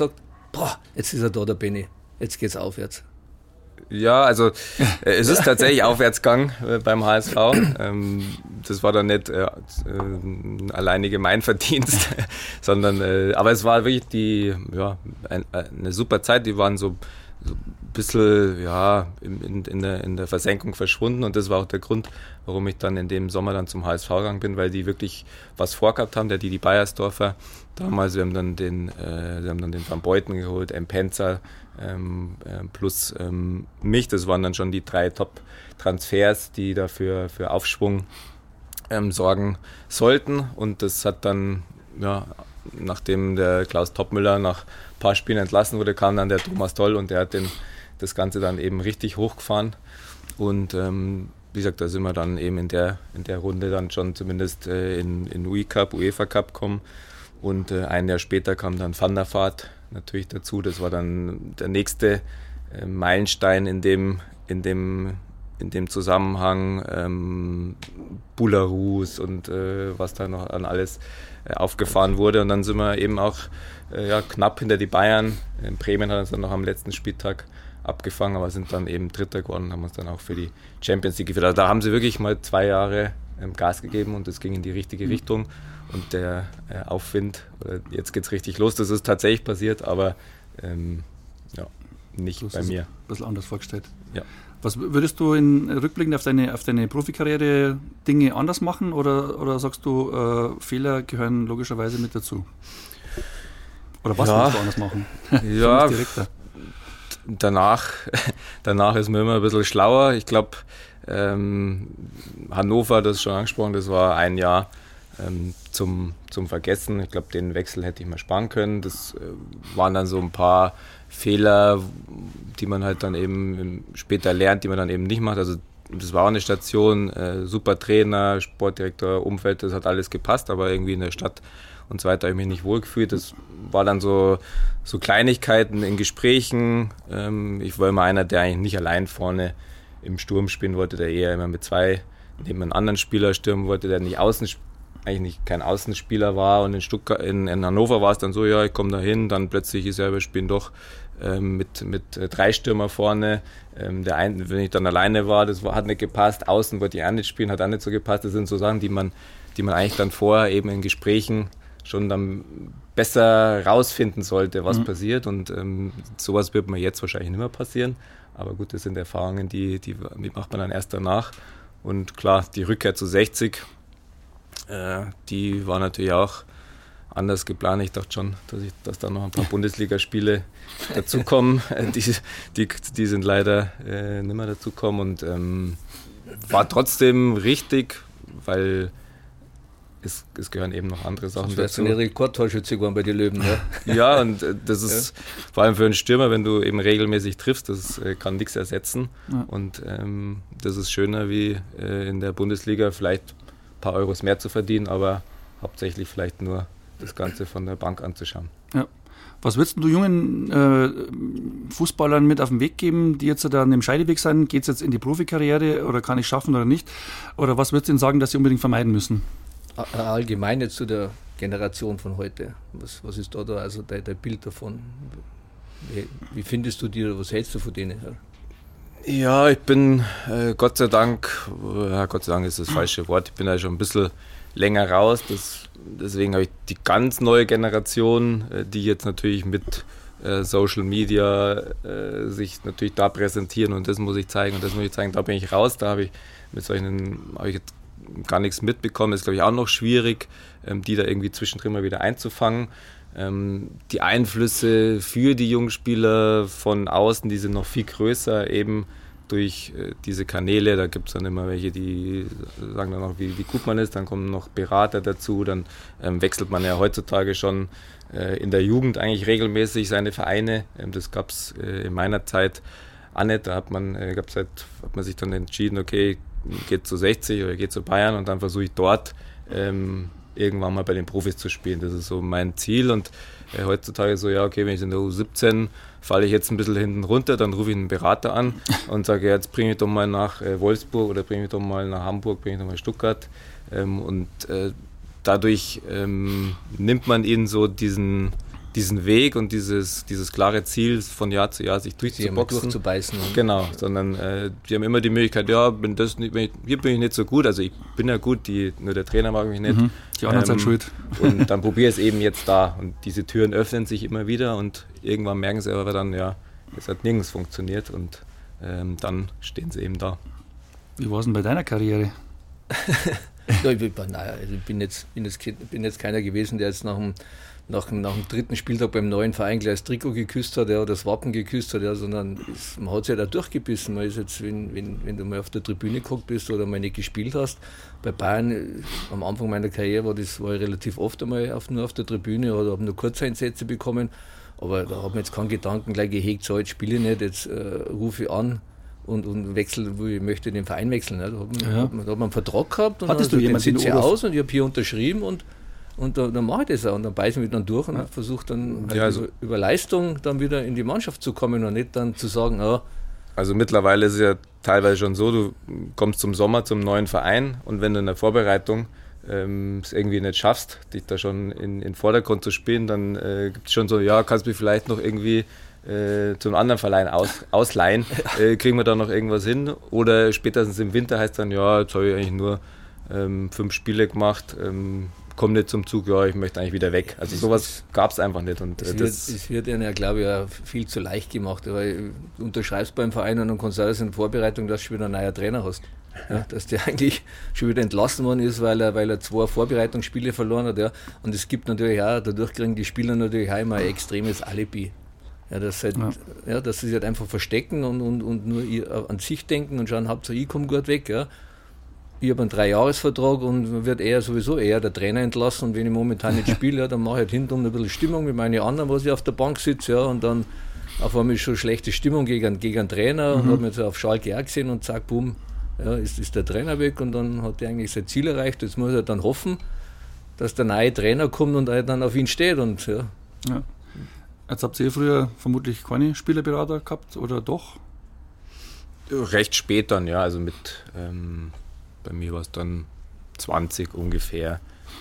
boah, jetzt ist er da, der Benni, jetzt geht's aufwärts? Ja, also es ist tatsächlich Aufwärtsgang beim HSV. Das war dann nicht alleinige mein Verdienst, sondern aber es war wirklich eine super Zeit. Die waren so ein bisschen in der Versenkung verschwunden, und das war auch der Grund, warum ich dann in dem Sommer dann zum HSV gegangen bin, weil die wirklich was vorgehabt haben, der Didi Beiersdorfer damals. Wir haben dann den Van Beuten geholt, Penzer, plus mich. Das waren dann schon die 3 Top-Transfers, die dafür für Aufschwung sorgen sollten, und das hat dann, nachdem der Klaus Toppmüller nach ein paar Spielen entlassen wurde, kam dann der Thomas Doll, und der hat das Ganze dann eben richtig hochgefahren, und wie gesagt, da sind wir dann eben in der Runde dann schon zumindest in UEFA Cup gekommen, und ein Jahr später kam dann Van der Vaart natürlich dazu. Das war dann der nächste Meilenstein in dem Zusammenhang, Bularus und was da noch an alles aufgefahren wurde. Und dann sind wir eben auch knapp hinter die Bayern. In Bremen hat uns dann noch am letzten Spieltag abgefangen, aber sind dann eben Dritter geworden und haben uns dann auch für die Champions League geführt. Also da haben sie wirklich mal 2 Jahre Gas gegeben, und es ging in die richtige Richtung. Und der Aufwind, jetzt geht es richtig los, das ist tatsächlich passiert, aber nicht bei mir. Ein bisschen anders vorgestellt. Ja. Was würdest du rückblickend auf deine Profikarriere Dinge anders machen, oder sagst du, Fehler gehören logischerweise mit dazu? Oder was würdest du anders machen? Ja, danach ist man immer ein bisschen schlauer. Ich glaube, Hannover, das ist schon angesprochen, das war ein Jahr zum Vergessen. Ich glaube, den Wechsel hätte ich mal sparen können. Das waren dann so ein paar Fehler, die man halt dann eben später lernt, die man dann eben nicht macht. Also das war auch eine Station, super Trainer, Sportdirektor, Umfeld, das hat alles gepasst, aber irgendwie in der Stadt und so weiter habe ich mich nicht wohlgefühlt. Das war dann so Kleinigkeiten in Gesprächen. Ich war immer einer, der eigentlich nicht allein vorne im Sturm spielen wollte, der eher immer mit 2 neben einem anderen Spieler stürmen wollte, der nicht eigentlich kein Außenspieler war. Und in Hannover war es dann so, ja, ich komme da hin, dann plötzlich ist ja, wir spielen doch mit 3 Stürmer vorne. Wenn ich dann alleine war, hat nicht gepasst. Außen wollte ich auch nicht spielen, hat auch nicht so gepasst. Das sind so Sachen, die man eigentlich dann vorher eben in Gesprächen schon dann besser rausfinden sollte, was passiert. Und sowas wird mir jetzt wahrscheinlich nicht mehr passieren. Aber gut, das sind Erfahrungen, die macht man dann erst danach. Und klar, die Rückkehr zu 60, die war natürlich auch anders geplant. Ich dachte schon, dass da noch ein paar Bundesligaspiele dazukommen. Die sind leider nicht mehr dazukommen. Und war trotzdem richtig, weil es gehören eben noch andere Sachen dazu. Das wäre eine Rekordtorschütze geworden bei den Löwen, ne? Ja, und das ist vor allem für einen Stürmer, wenn du eben regelmäßig triffst, das kann nichts ersetzen. Ja. Und das ist schöner, wie in der Bundesliga vielleicht ein paar Euros mehr zu verdienen, aber hauptsächlich vielleicht nur das Ganze von der Bank anzuschauen. Ja. Was würdest du jungen Fußballern mit auf den Weg geben, die jetzt da an dem Scheideweg sind? Geht es jetzt in die Profikarriere oder kann ich schaffen oder nicht? Oder was würdest du ihnen sagen, dass sie unbedingt vermeiden müssen? Allgemein jetzt zu der Generation von heute. Was ist da also dein Bild davon? Wie findest du die oder was hältst du von denen? Ja, ich bin Gott sei Dank ist das falsche Wort, ich bin ja schon ein bisschen länger raus. Deswegen habe ich die ganz neue Generation, die jetzt natürlich mit Social Media sich natürlich da präsentieren, und das muss ich zeigen, da bin ich raus, da habe ich jetzt gar nichts mitbekommen. Ist, glaube ich, auch noch schwierig, die da irgendwie zwischendrin mal wieder einzufangen. Die Einflüsse für die Jungspieler von außen, die sind noch viel größer, eben durch diese Kanäle. Da gibt es dann immer welche, die sagen dann auch, wie gut man ist. Dann kommen noch Berater dazu. Dann wechselt man ja heutzutage schon in der Jugend eigentlich regelmäßig seine Vereine. Das gab es in meiner Zeit auch nicht. Da hat man sich dann entschieden, okay, geht zu 60 oder geht zu Bayern, und dann versuche ich dort irgendwann mal bei den Profis zu spielen. Das ist so mein Ziel, und heutzutage so, ja, okay, wenn ich in der U17 falle ich jetzt ein bisschen hinten runter, dann rufe ich einen Berater an und sage, ja, jetzt bringe ich doch mal nach Wolfsburg oder bringe ich doch mal nach Hamburg, bringe ich doch mal Stuttgart, und dadurch nimmt man ihnen so diesen diesen Weg und dieses klare Ziel von Jahr zu Jahr sich durchzubeißen. Genau, sondern die haben immer die Möglichkeit, ja, hier bin ich nicht so gut, also ich bin ja gut, nur der Trainer mag mich nicht. Die anderen sind schuld. Und dann probiere ich es eben jetzt da. Und diese Türen öffnen sich immer wieder und irgendwann merken sie aber dann, ja, es hat nirgends funktioniert und dann stehen sie eben da. Wie war es denn bei deiner Karriere? Ja, ich bin jetzt keiner gewesen, der jetzt nach dem dritten Spieltag beim neuen Verein gleich das Trikot geküsst hat, oder das Wappen geküsst hat, sondern man hat sich ja da durchgebissen. Man ist jetzt, wenn du mal auf der Tribüne geguckt bist oder mal nicht gespielt hast, bei Bayern am Anfang meiner Karriere war ich relativ oft einmal nur auf der Tribüne oder habe nur Kurzeinsätze bekommen, aber da habe ich jetzt keinen Gedanken gleich gehegt, so jetzt spiele ich nicht, jetzt rufe ich an und wechsle, wo ich möchte den Verein wechseln. Da hat man einen Vertrag gehabt und hattest du jemanden, den sitze aus und ich habe hier unterschrieben und dann mache ich das auch und dann beiße ich mich dann durch und versuche dann über Leistung dann wieder in die Mannschaft zu kommen und nicht dann zu sagen, Also mittlerweile ist es ja teilweise schon so, du kommst zum Sommer zum neuen Verein und wenn du in der Vorbereitung es irgendwie nicht schaffst, dich da schon in Vordergrund zu spielen, dann gibt es schon so, ja, kannst du mich vielleicht noch irgendwie zu einem anderen Verein ausleihen, kriegen wir da noch irgendwas hin? Oder spätestens im Winter heißt dann, ja, jetzt habe ich eigentlich nur 5 Spiele gemacht, komme nicht zum Zug, ja, ich möchte eigentlich wieder weg. Also sowas gab es einfach nicht. Und es wird ihnen ja, glaube ich, ja viel zu leicht gemacht, weil du unterschreibst beim Verein und dann kannst du alles in Vorbereitung, dass du schon wieder einen neuen Trainer hast. Ja, dass der eigentlich schon wieder entlassen worden ist, weil er 2 Vorbereitungsspiele verloren hat. Ja. Und es gibt natürlich auch, dadurch kriegen die Spieler natürlich auch immer ein extremes Alibi. Ja, dass sie sich halt einfach verstecken und nur an sich denken und schauen, Hauptsache ich komme gut weg. Ja. Ich habe einen 3-Jahres-Vertrag und wird sowieso eher der Trainer entlassen. Und wenn ich momentan nicht spiele, dann mache ich halt hinten ein bisschen Stimmung mit meinen anderen, was ich auf der Bank sitze. Ja, und dann auf einmal schon schlechte Stimmung gegen einen Trainer und habe mich jetzt auf Schalke auch gesehen und zack, bumm, ja, ist der Trainer weg und dann hat er eigentlich sein Ziel erreicht. Jetzt muss er dann hoffen, dass der neue Trainer kommt und er dann auf ihn steht. Und, ja. Jetzt habt ihr früher vermutlich keine Spielerberater gehabt, oder doch? Recht spät dann, ja. Also bei mir war es dann 20 ungefähr.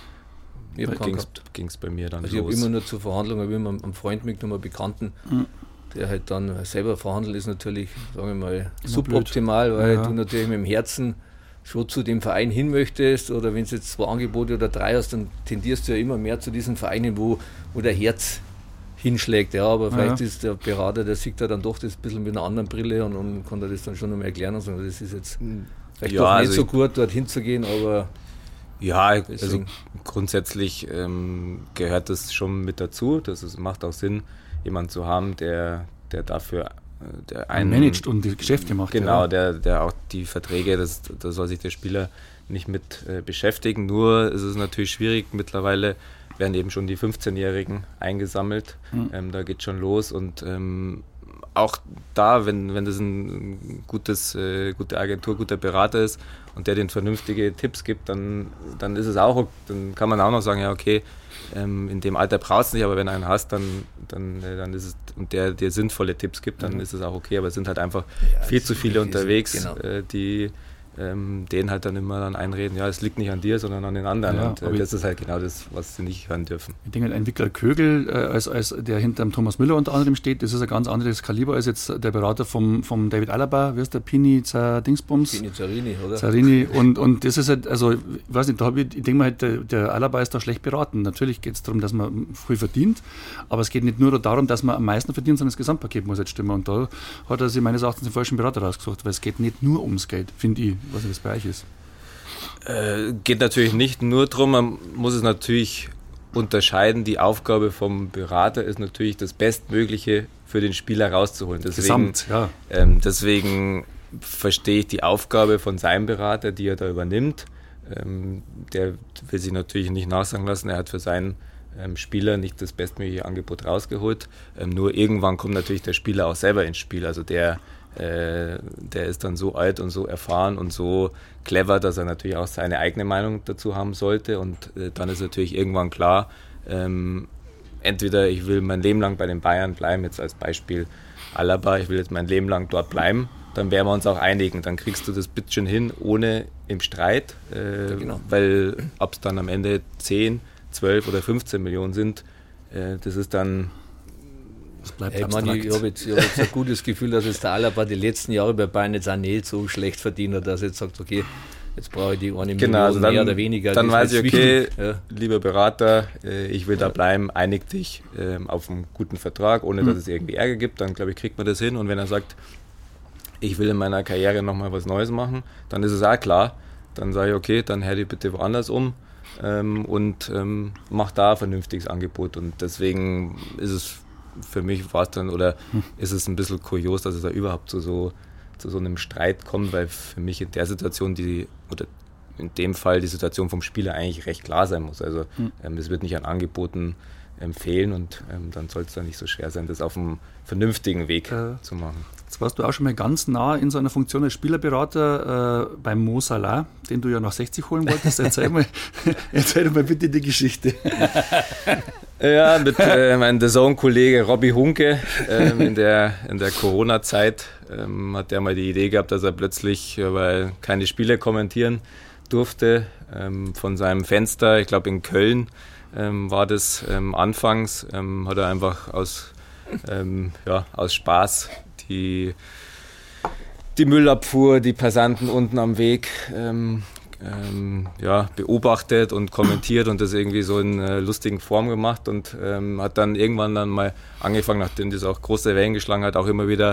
Ging es bei mir dann los. Ich habe immer nur zur Verhandlung, habe immer einen Freund mitgenommen, einen Bekannten, der halt dann selber verhandelt, ist natürlich, sagen wir mal, suboptimal, weil du natürlich mit dem Herzen schon zu dem Verein hin möchtest, oder wenn du jetzt 2 Angebote oder 3 hast, dann tendierst du ja immer mehr zu diesen Vereinen, wo der Herz hinschlägt, ja, aber vielleicht ist der Berater, der sieht da dann doch das ein bisschen mit einer anderen Brille und kann das dann schon noch mal erklären und sagen, das ist jetzt vielleicht doch nicht so gut, dorthin zu gehen, aber ja, also grundsätzlich gehört das schon mit dazu, es macht auch Sinn, jemanden zu haben, der dafür der einen managt und die Geschäfte macht. Genau, der auch die Verträge, da soll sich der Spieler nicht mit beschäftigen, nur ist es natürlich schwierig, mittlerweile werden eben schon die 15-Jährigen eingesammelt. Da geht schon los und auch da, wenn das ein gute Agentur, guter Berater ist und der den vernünftige Tipps gibt, dann ist es auch, dann kann man auch noch sagen, ja okay, in dem Alter brauchst du nicht, aber wenn du einen hast, dann ist es, und der dir sinnvolle Tipps gibt, dann ist es auch okay, aber es sind halt einfach viel zu viele unterwegs, die denen halt dann immer dann einreden, ja, es liegt nicht an dir, sondern an den anderen. Ja, und das ist halt genau das, was sie nicht hören dürfen. Ich denke, ein Wickler Kögel, als der hinter Thomas Müller unter anderem steht, das ist ein ganz anderes Kaliber als jetzt der Berater vom David Alaba, wie ist der, Pini Zarini, oder? Zarini, und das ist halt, also, ich weiß nicht, ich denke mal, halt, der Alaba ist da schlecht beraten. Natürlich geht es darum, dass man viel verdient, aber es geht nicht nur darum, dass man am meisten verdient, sondern das Gesamtpaket muss jetzt stimmen. Und da hat er sich meines Erachtens den falschen Berater rausgesucht, weil es geht nicht nur ums Geld, finde ich, was das bei euch ist. Geht natürlich nicht nur darum, man muss es natürlich unterscheiden. Die Aufgabe vom Berater ist natürlich, das Bestmögliche für den Spieler rauszuholen. Deswegen verstehe ich die Aufgabe von seinem Berater, die er da übernimmt. Der will sich natürlich nicht nachsagen lassen, er hat für seinen Spieler nicht das bestmögliche Angebot rausgeholt. Nur irgendwann kommt natürlich der Spieler auch selber ins Spiel. Also der ist dann so alt und so erfahren und so clever, dass er natürlich auch seine eigene Meinung dazu haben sollte. Und dann ist natürlich irgendwann klar, entweder ich will mein Leben lang bei den Bayern bleiben, jetzt als Beispiel Alaba, ich will jetzt mein Leben lang dort bleiben, dann werden wir uns auch einigen. Dann kriegst du das bisschen hin, ohne im Streit, weil ob es dann am Ende 10, 12 oder 15 Millionen sind, das ist dann... Das bleibt ich habe jetzt ein gutes Gefühl, dass es der Alaba die letzten Jahre bei Bayern jetzt auch nicht so schlecht verdient hat, dass er jetzt sagt, okay, jetzt brauche ich die 1 Million also dann, mehr oder weniger. Dann weiß ich, okay, ja. Lieber Berater, ich will da bleiben, einig dich auf einen guten Vertrag, ohne dass es irgendwie Ärger gibt, dann glaube ich, kriegt man das hin. Und wenn er sagt, ich will in meiner Karriere nochmal was Neues machen, dann ist es auch klar. Dann sage ich, okay, dann hör dich bitte woanders um und mach da ein vernünftiges Angebot. Und deswegen ist es für mich war es dann, oder ist es ein bisschen kurios, dass es da überhaupt zu so einem Streit kommt, weil für mich in der Situation oder in dem Fall die Situation vom Spieler eigentlich recht klar sein muss. Also es wird nicht an Angeboten fehlen und dann soll es dann nicht so schwer sein, das auf einem vernünftigen Weg zu machen. Jetzt warst du auch schon mal ganz nah in so einer Funktion als Spielerberater beim Mo Salah, den du ja nach 60 holen wolltest. Erzähl mal bitte die Geschichte. Ja, mit meinem DAZN-Kollege Robby Hunke in der Corona-Zeit hat der mal die Idee gehabt, dass er plötzlich, weil keine Spiele kommentieren durfte, von seinem Fenster, ich glaube in Köln war das anfangs, hat er einfach aus Spaß die Müllabfuhr, die Passanten unten am Weg beobachtet und kommentiert und das irgendwie so in lustigen Form gemacht und hat dann irgendwann dann mal angefangen, nachdem das auch große Wellen geschlagen hat, auch immer wieder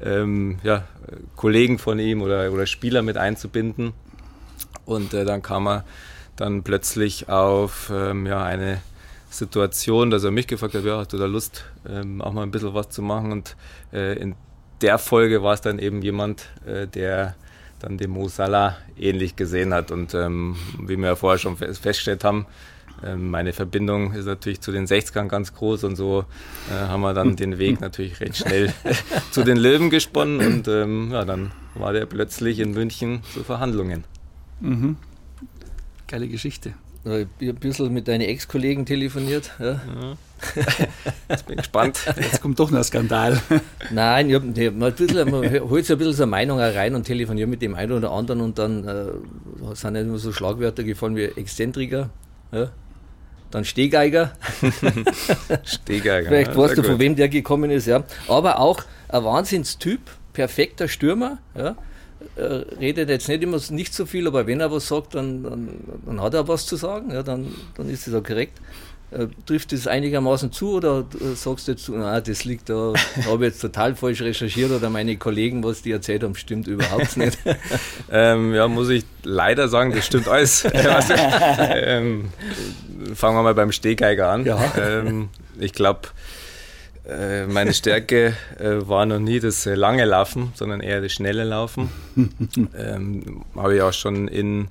Kollegen von ihm oder Spieler mit einzubinden. Und dann kam er dann plötzlich auf eine Situation, dass er mich gefragt hat, ja, hast du da Lust, auch mal ein bisschen was zu machen? Und in der Folge war es dann eben jemand, der dann den Mo Salah ähnlich gesehen hat. Und wie wir ja vorher schon festgestellt haben, meine Verbindung ist natürlich zu den 60ern ganz groß und so haben wir dann den Weg natürlich recht schnell zu den Löwen gesponnen und dann war der plötzlich in München zu Verhandlungen. Mhm. Geile Geschichte. Ich habe ein bisschen mit deinen Ex-Kollegen telefoniert. Ja. Jetzt bin ich gespannt. Jetzt kommt doch noch ein Skandal. Nein, man holt sich ein bisschen so eine Meinung rein und telefoniert mit dem einen oder anderen und dann sind immer so Schlagwörter gefallen wie Exzentriker, ja. Dann Stehgeiger. Stehgeiger. Vielleicht weißt du, von wem der gekommen ist. Ja. Aber auch ein Wahnsinnstyp, perfekter Stürmer. Ja. Redet jetzt nicht so viel, aber wenn er was sagt, dann hat er was zu sagen, ja, dann ist das auch korrekt. Trifft das einigermaßen zu oder sagst du jetzt, das liegt da, habe ich jetzt total falsch recherchiert oder meine Kollegen, was die erzählt haben, stimmt überhaupt nicht? Muss ich leider sagen, das stimmt alles. Fangen wir mal beim Stehgeiger an. Ja. Ich glaube, meine Stärke war noch nie das lange Laufen, sondern eher das schnelle Laufen. Habe ich auch schon in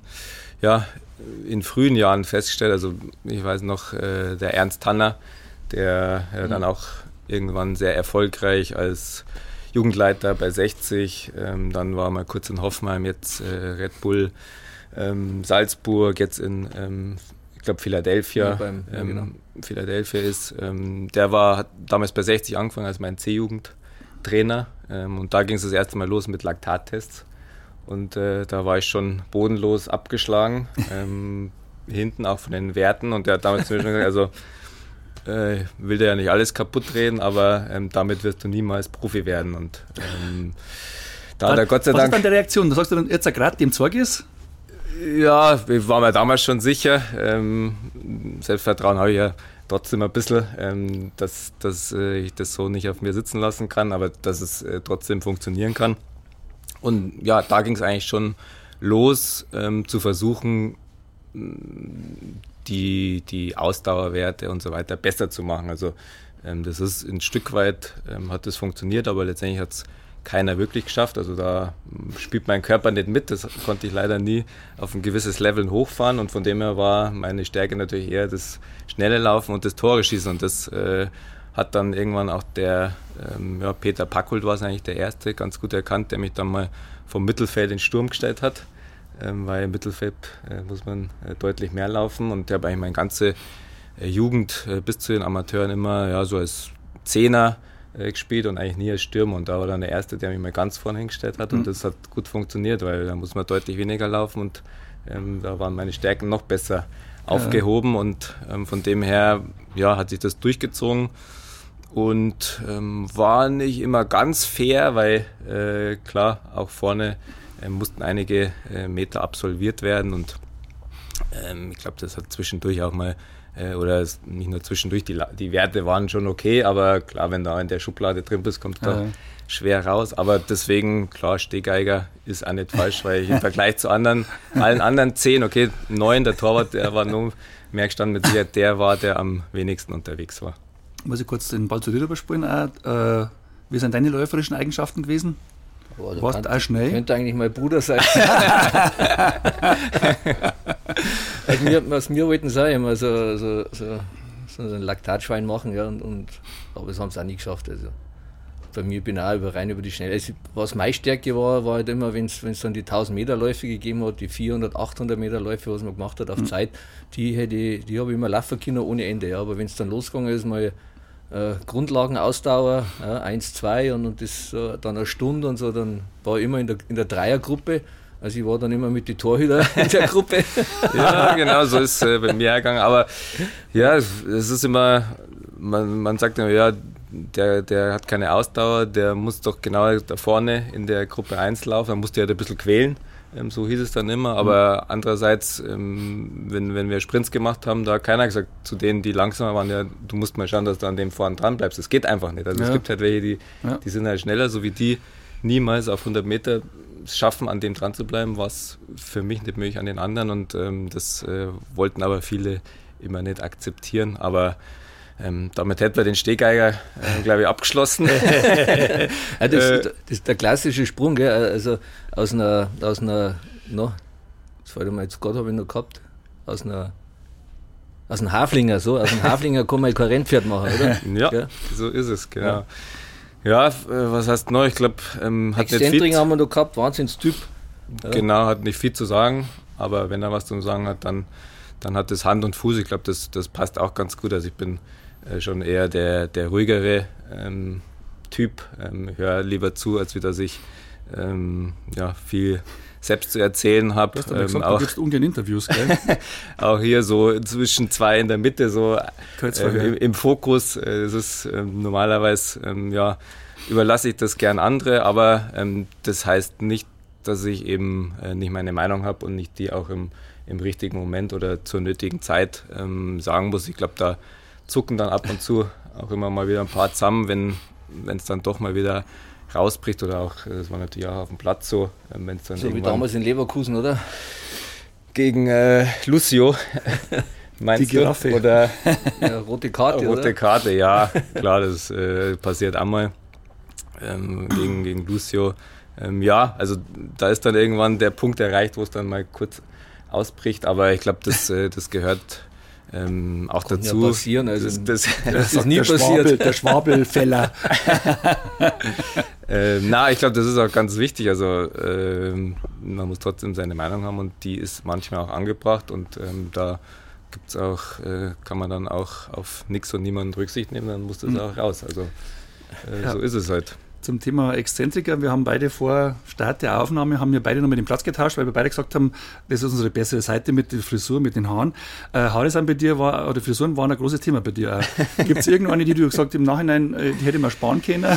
frühen Jahren festgestellt. Also ich weiß noch, der Ernst Tanner, der dann auch irgendwann sehr erfolgreich als Jugendleiter bei 60, dann war mal kurz in Hoffenheim, jetzt Red Bull Salzburg, jetzt in ich glaube Philadelphia, genau. Philadelphia ist, der hat damals bei 60 angefangen als mein C-Jugendtrainer und da ging es das erste Mal los mit Laktattests und da war ich schon bodenlos abgeschlagen, hinten auch von den Werten und der hat damals zu mir schon gesagt, also will der ja nicht alles kaputt reden, aber damit wirst du niemals Profi werden und da hat er Gott sei Dank... Was ist dann die Reaktion? Da sagst du dann jetzt gerade dem Zeug ist? Ja, ich war mir damals schon sicher. Selbstvertrauen habe ich ja trotzdem ein bisschen, dass ich das so nicht auf mir sitzen lassen kann, aber dass es trotzdem funktionieren kann. Und ja, da ging es eigentlich schon los, zu versuchen, die Ausdauerwerte und so weiter besser zu machen. Also das ist ein Stück weit, hat das funktioniert, aber letztendlich hat es keiner wirklich geschafft. Also da spielt mein Körper nicht mit. Das konnte ich leider nie auf ein gewisses Level hochfahren. Und von dem her war meine Stärke natürlich eher das schnelle Laufen und das Tore schießen. Und das hat dann irgendwann auch der Peter Packold war es eigentlich der Erste, ganz gut erkannt, der mich dann mal vom Mittelfeld in den Sturm gestellt hat. Weil im Mittelfeld muss man deutlich mehr laufen. Und ich habe eigentlich meine ganze Jugend bis zu den Amateuren immer so als Zehner gespielt und eigentlich nie als Stürmer und da war dann der Erste, der mich mal ganz vorne hingestellt hat und das hat gut funktioniert, weil da muss man deutlich weniger laufen und da waren meine Stärken noch besser aufgehoben und von dem her hat sich das durchgezogen und war nicht immer ganz fair, weil klar, auch vorne mussten einige Meter absolviert werden und ich glaube, das hat zwischendurch auch mal oder nicht nur zwischendurch, die Werte waren schon okay, aber klar, wenn du in der Schublade drin bist, kommt da schwer raus. Aber deswegen, klar, Stehgeiger ist auch nicht falsch, weil ich im Vergleich zu allen anderen 10, 9, der Torwart, der war nur mehr gestanden mit Sicherheit, der war, der am wenigsten unterwegs war. Muss ich kurz den Ball zu dir überspielen? Wie sind deine läuferischen Eigenschaften gewesen? Boah, warst auch schnell? Könnte eigentlich mein Bruder sein. Was wir wollten sein, immer so ein Laktatschwein machen, ja, aber das haben sie auch nie geschafft. Also bei mir bin ich auch rein über die Schnelle. Also, was meine Stärke war halt immer, wenn es dann die 1000 Meter Läufe gegeben hat, die 400, 800 Meter Läufe, was man gemacht hat auf Zeit, die habe ich immer laufen können ohne Ende. Ja. Aber wenn es dann losgegangen ist, mal Grundlagenausdauer, 1, 2 und das dann eine Stunde und so, dann war ich immer in der Dreiergruppe. Also ich war dann immer mit den Torhütern in der Gruppe. Ja, genau, so ist es bei mir gegangen. Aber ja, es ist immer, man sagt immer, ja, der hat keine Ausdauer, der muss doch genau da vorne in der Gruppe 1 laufen, dann musst du ja ein bisschen quälen. So hieß es dann immer, aber andererseits, wenn wir Sprints gemacht haben, da hat keiner gesagt, zu denen, die langsamer waren, ja, du musst mal schauen, dass du an dem vorne dran bleibst. Das geht einfach nicht. Also es gibt halt welche, die sind halt schneller, so wie die niemals auf 100 Meter schaffen, an dem dran zu bleiben, war es für mich nicht möglich an den anderen und das wollten aber viele immer nicht akzeptieren, aber damit hätten wir den Stehgeiger, glaube ich, abgeschlossen. Ja, das ist der klassische Sprung, gell? Also aus einer das fällt mir jetzt gerade, habe ich noch gehabt, aus einem Haflinger, aus dem Haflinger kann man kein Rennpferd machen, oder? Ja, gell? So ist es, genau. Ja, was heißt noch? Ich glaube, hat nicht viel... haben wir noch gehabt, Wahnsinnstyp. Ja. Genau, hat nicht viel zu sagen, aber wenn er was zu sagen hat, dann hat das Hand und Fuß. Ich glaube, das passt auch ganz gut. Also ich bin schon eher der ruhigere Typ, höre lieber zu, als wieder sich viel selbst zu erzählen habe. Du hast aber gesagt, du gibst ungern Interviews, gell? Auch hier so zwischen zwei in der Mitte, so im Fokus. Es ist normalerweise, überlasse ich das gern andere, aber das heißt nicht, dass ich eben nicht meine Meinung habe und nicht die auch im richtigen Moment oder zur nötigen Zeit sagen muss. Ich glaube, da zucken dann ab und zu auch immer mal wieder ein paar zusammen, wenn es dann doch mal wieder rausbricht oder auch, das war natürlich auch auf dem Platz so, wenn es dann so wie damals in Leverkusen, oder? Gegen Lucio, meinst die Giraffe. Du? Oder rote Karte, rote oder? Karte, ja, klar, das passiert einmal gegen Lucio. Also da ist dann irgendwann der Punkt erreicht, wo es dann mal kurz ausbricht, aber ich glaube, das gehört auch kann dazu. Ja passieren, also das ist nie passiert. Der Schwabelfäller. Ich glaube, das ist auch ganz wichtig. Also man muss trotzdem seine Meinung haben und die ist manchmal auch angebracht und da gibt's auch, kann man dann auch auf nichts und niemanden Rücksicht nehmen, dann muss das auch raus. Also so ist es halt. Zum Thema Exzentriker, wir haben beide vor Start der Aufnahme, haben wir beide nochmal den Platz getauscht, weil wir beide gesagt haben, das ist unsere bessere Seite mit der Frisur, mit den Haaren. Haare sind bei dir, oder Frisuren waren ein großes Thema bei dir auch. Gibt es irgendeine, die du gesagt im Nachhinein, die hätte man sparen können?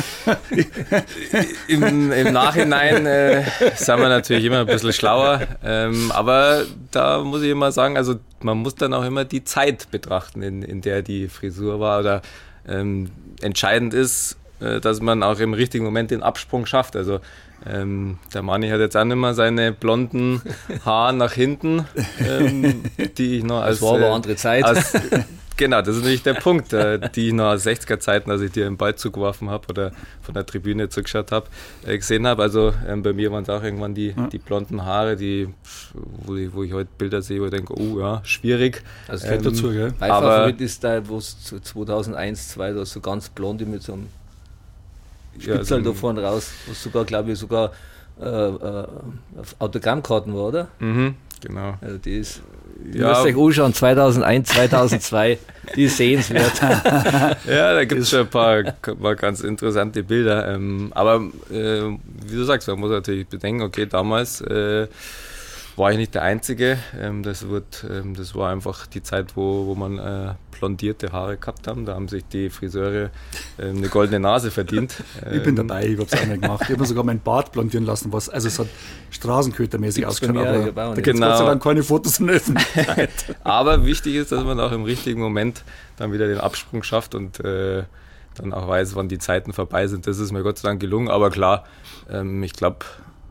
Im Nachhinein sind wir natürlich immer ein bisschen schlauer, aber da muss ich immer sagen, also man muss dann auch immer die Zeit betrachten, in der die Frisur war oder entscheidend ist, dass man auch im richtigen Moment den Absprung schafft. Also der Manni hat jetzt auch nicht mehr seine blonden Haare nach hinten, die ich noch als... Das war aber andere Zeit. Genau, das ist natürlich der Punkt, die ich noch aus 60er-Zeiten, als ich dir den Ball zugeworfen habe oder von der Tribüne zugeschaut habe, gesehen habe. Also bei mir waren es auch irgendwann die blonden Haare, wo ich heute Bilder sehe, wo ich denke, schwierig. Also das gehört dazu, gell? Mein Favorit ist da, wo es 2001, 2002 so ganz blonde mit so einem Spitzel da vorne raus, was sogar, glaube ich, auf Autogrammkarten war, oder? Mhm, genau. Also die müsst euch anschauen, 2001, 2002, die ist sehenswert. Ja, da gibt es schon ein paar ganz interessante Bilder. Aber wie du sagst, man muss natürlich bedenken, okay, damals war ich nicht der Einzige. Das war einfach die Zeit, wo man blondierte Haare gehabt haben. Da haben sich die Friseure eine goldene Nase verdient. Ich bin dabei, ich habe es auch nicht gemacht. Ich habe mir sogar meinen Bart blondieren lassen, es hat straßenkötermäßig ausgeschaut, aber da gibt es Gott sei Dank keine Fotos in der Öffentlichkeit. Aber wichtig ist, dass man auch im richtigen Moment dann wieder den Absprung schafft und dann auch weiß, wann die Zeiten vorbei sind. Das ist mir Gott sei Dank gelungen, aber klar, ich glaube,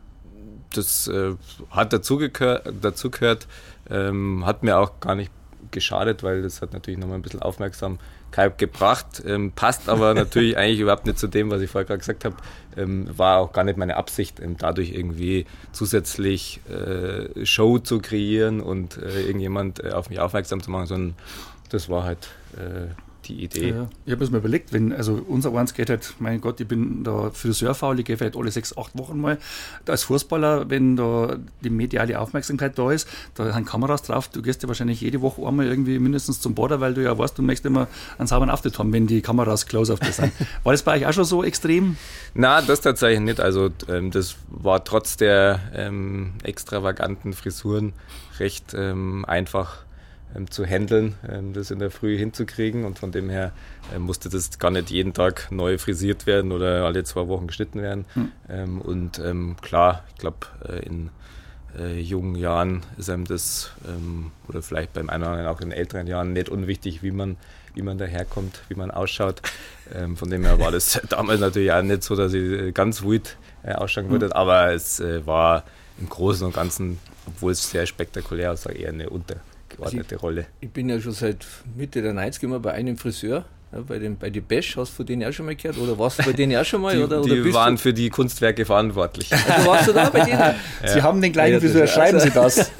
das hat dazu gehört, hat mir auch gar nicht geschadet, weil das hat natürlich nochmal ein bisschen Aufmerksamkeit gebracht, passt aber natürlich eigentlich überhaupt nicht zu dem, was ich vorher gerade gesagt habe, war auch gar nicht meine Absicht, dadurch irgendwie zusätzlich Show zu kreieren und irgendjemand auf mich aufmerksam zu machen, sondern das war halt die Idee. Ja, ich habe es mir überlegt, unser eins geht halt, mein Gott, ich bin da friseurfaul, ich gehe vielleicht alle 6-8 Wochen mal. Als Fußballer, wenn da die mediale Aufmerksamkeit da ist, da sind Kameras drauf, du gehst ja wahrscheinlich jede Woche einmal irgendwie mindestens zum Border, weil du ja weißt, du möchtest immer einen sauberen Auftritt haben, wenn die Kameras close auf dir sind. War das bei euch auch schon so extrem? Na, das tatsächlich nicht. Also das war trotz der extravaganten Frisuren recht einfach zu handeln, das in der Früh hinzukriegen, und von dem her musste das gar nicht jeden Tag neu frisiert werden oder alle 2 Wochen geschnitten werden. Und klar, ich glaube, in jungen Jahren ist einem das, oder vielleicht beim einen oder anderen auch in älteren Jahren, nicht unwichtig, wie man daherkommt, wie man ausschaut. Von dem her war das damals natürlich auch nicht so, dass ich ganz wild ausschauen wollte, aber es war im Großen und Ganzen, obwohl es sehr spektakulär aussah, eher eine untergeordnete Rolle. Ich bin ja schon seit Mitte der 90er immer bei einem Friseur, ja, bei die Besch. Hast du von denen auch schon mal gehört? Oder warst du bei denen auch schon mal? Die waren für die Kunstwerke verantwortlich. Also warst du da bei denen? Ja. Sie haben den kleinen Friseur, schreiben Sie das.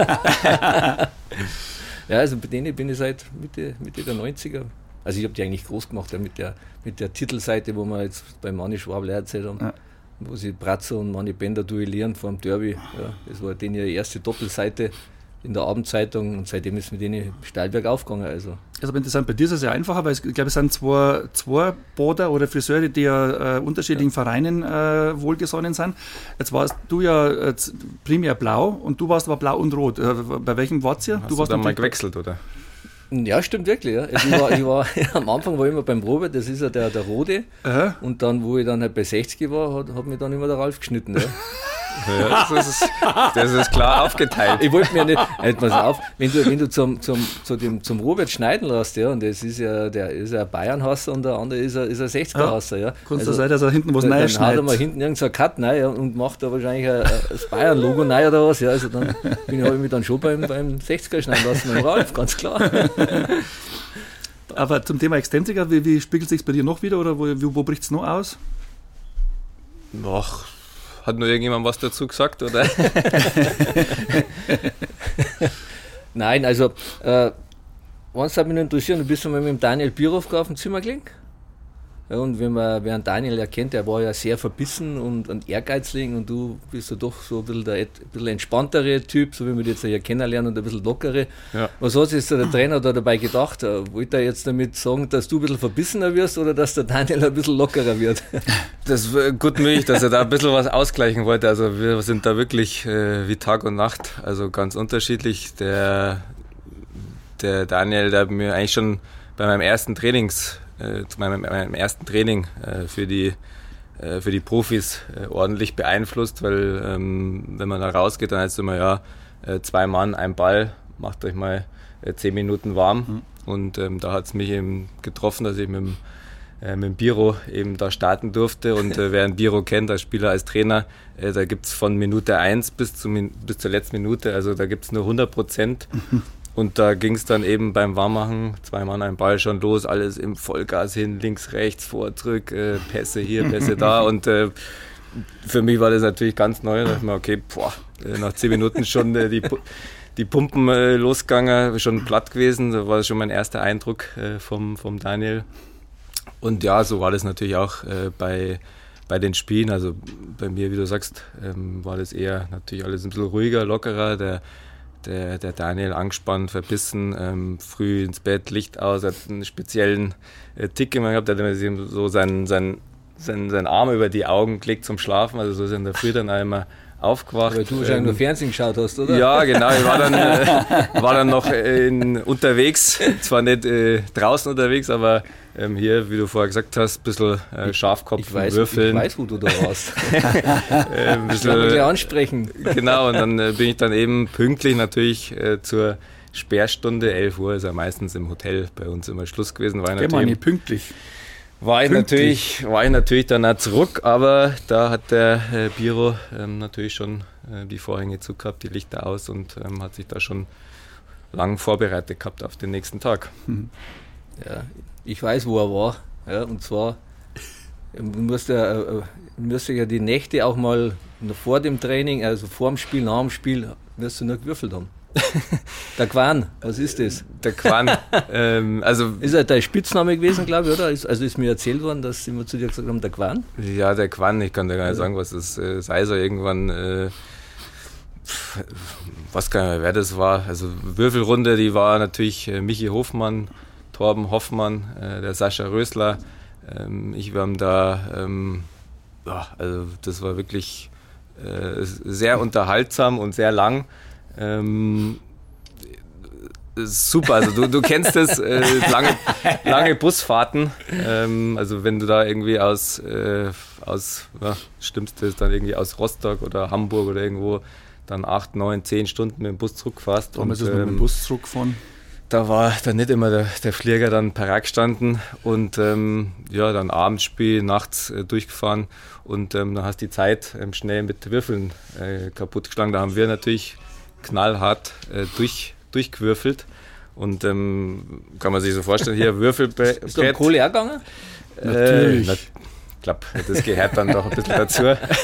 Ja, also bei denen bin ich seit Mitte der 90er. Also ich habe die eigentlich groß gemacht, ja, mit der Titelseite, wo wir jetzt bei Manni Schwabel erzählt haben, ja, wo sie Bratzer und Manni Bender duellieren vor dem Derby. Ja, das war denen ihre erste Doppelseite in der Abendzeitung, und seitdem ist mit denen steil bergauf gegangen. Also interessant, bei dir ist es ja einfacher, weil ich glaube, es sind zwei Border oder Friseure, die ja unterschiedlichen Vereinen wohlgesonnen sind. Jetzt warst du ja primär blau und du warst aber blau und rot. Bei welchem wart ihr? Hast du dann mal gewechselt, oder? Ja, stimmt wirklich. Ja. Also ich war am Anfang war ich immer beim Robert, das ist ja der Rote. Und dann, wo ich dann halt bei 60 war, hat mich dann immer der Ralf geschnitten. Ja. Ja, das ist klar aufgeteilt. Ich wollte mir nicht, pass auf, wenn du zum Robert schneiden lässt, ja, und das ist ja, der ist ja ein Bayern-Hasser und der andere ist ein 60er-Hasser. Ja. Kannst du sein, dass er hinten was neu schneidet? Dann hat er mal hinten irgendein Cut rein, ja, und macht da wahrscheinlich das Bayern-Logo rein oder was. Ja, also dann habe ich mich dann schon beim 60er schneiden lassen mit dem Ralf, ganz klar. Aber zum Thema Extensiker, wie spiegelt sich bei dir noch wieder, oder wo bricht es noch aus? Ach, hat nur irgendjemand was dazu gesagt, oder? Nein, also, eins hat mich noch interessiert, du bist einmal mit dem Daniel Birow auf dem Zimmer gelegen. Ja, und wer Daniel erkennt, der war ja sehr verbissen und ehrgeizig, und du bist ja doch so ein bisschen der bisschen entspanntere Typ, so wie wir dich jetzt hier kennenlernen, und ein bisschen lockere. Ja. Was hat sich jetzt der Trainer da dabei gedacht? Wollte er jetzt damit sagen, dass du ein bisschen verbissener wirst oder dass der Daniel ein bisschen lockerer wird? Das war gut möglich, dass er da ein bisschen was ausgleichen wollte. Also wir sind da wirklich wie Tag und Nacht, also ganz unterschiedlich. Der Daniel, der hat mir eigentlich schon bei meinem ersten Training für die Profis ordentlich beeinflusst, weil wenn man da rausgeht, dann heißt es immer, ja, 2 Mann, ein Ball, macht euch mal 10 Minuten warm. Und da hat es mich eben getroffen, dass ich mit dem Biro eben da starten durfte, und wer einen Biro kennt als Spieler, als Trainer, da gibt es von Minute 1 bis zur letzten Minute, also da gibt es nur 100%. Und da ging es dann eben beim Warmmachen, 2 Mann, ein Ball schon los, alles im Vollgas hin, links, rechts, vor, zurück, Pässe hier, Pässe da. Und für mich war das natürlich ganz neu. Da dachte ich mir, okay, nach 10 Minuten schon die Pumpen losgegangen, schon platt gewesen. Das war schon mein erster Eindruck vom Daniel. Und ja, so war das natürlich auch bei den Spielen. Also bei mir, wie du sagst, war das eher natürlich alles ein bisschen ruhiger, lockerer. Der Daniel angespannt, verbissen, früh ins Bett, Licht aus, hat einen speziellen Tick immer gehabt, der hat immer so seinen Arm über die Augen gelegt zum Schlafen, also so ist er in der Früh dann einmal aufgewacht. Weil du wahrscheinlich nur Fernsehen geschaut hast, oder? Ja, genau. Ich war dann noch unterwegs, zwar nicht draußen unterwegs, aber hier, wie du vorher gesagt hast, ein bisschen Schafkopf und Würfeln. Ich weiß, wo du da warst. Ein bisschen, das kann ansprechen. Genau, und dann bin ich dann eben pünktlich natürlich zur Sperrstunde, 11 Uhr ist ja meistens im Hotel bei uns immer Schluss gewesen. Pünktlich. War ich natürlich dann auch zurück, aber da hat der Biro natürlich schon die Vorhänge zugehabt, die Lichter aus und hat sich da schon lang vorbereitet gehabt auf den nächsten Tag. Ja, ich weiß, wo er war. Ja, und zwar musste ja die Nächte auch mal vor dem Training, also vor dem Spiel, nach dem Spiel, wirst du nur gewürfelt haben. Der Quan, was ist das? Der Quan, also... Ist er dein Spitzname gewesen, glaube ich, oder? Also ist mir erzählt worden, dass sie immer zu dir gesagt haben, der Quan? Ja, der Quan, ich kann dir gar nicht sagen, was das sei, so irgendwann... was gar nicht mehr, wer das war. Also Würfelrunde, die war natürlich Michi Hofmann, Torben Hoffmann, der Sascha Rösler. Wir haben da... also das war wirklich sehr unterhaltsam und sehr lang. Super, also du kennst das, lange Busfahrten, also wenn du da irgendwie stimmst das dann irgendwie aus Rostock oder Hamburg oder irgendwo dann 8, 9, 10 Stunden mit dem Bus zurückfährst. Warum ist das mit dem Bus zurückgefahren? Da war dann nicht immer der Flieger dann parat gestanden und dann Abendspiel, nachts durchgefahren und dann hast du die Zeit schnell mit Würfeln kaputtgeschlagen. Da haben wir natürlich knallhart durchgewürfelt und kann man sich so vorstellen, hier Würfelbrett. Ist da Kohle auch gegangen? Natürlich. Ich glaube, das gehört dann doch ein bisschen dazu.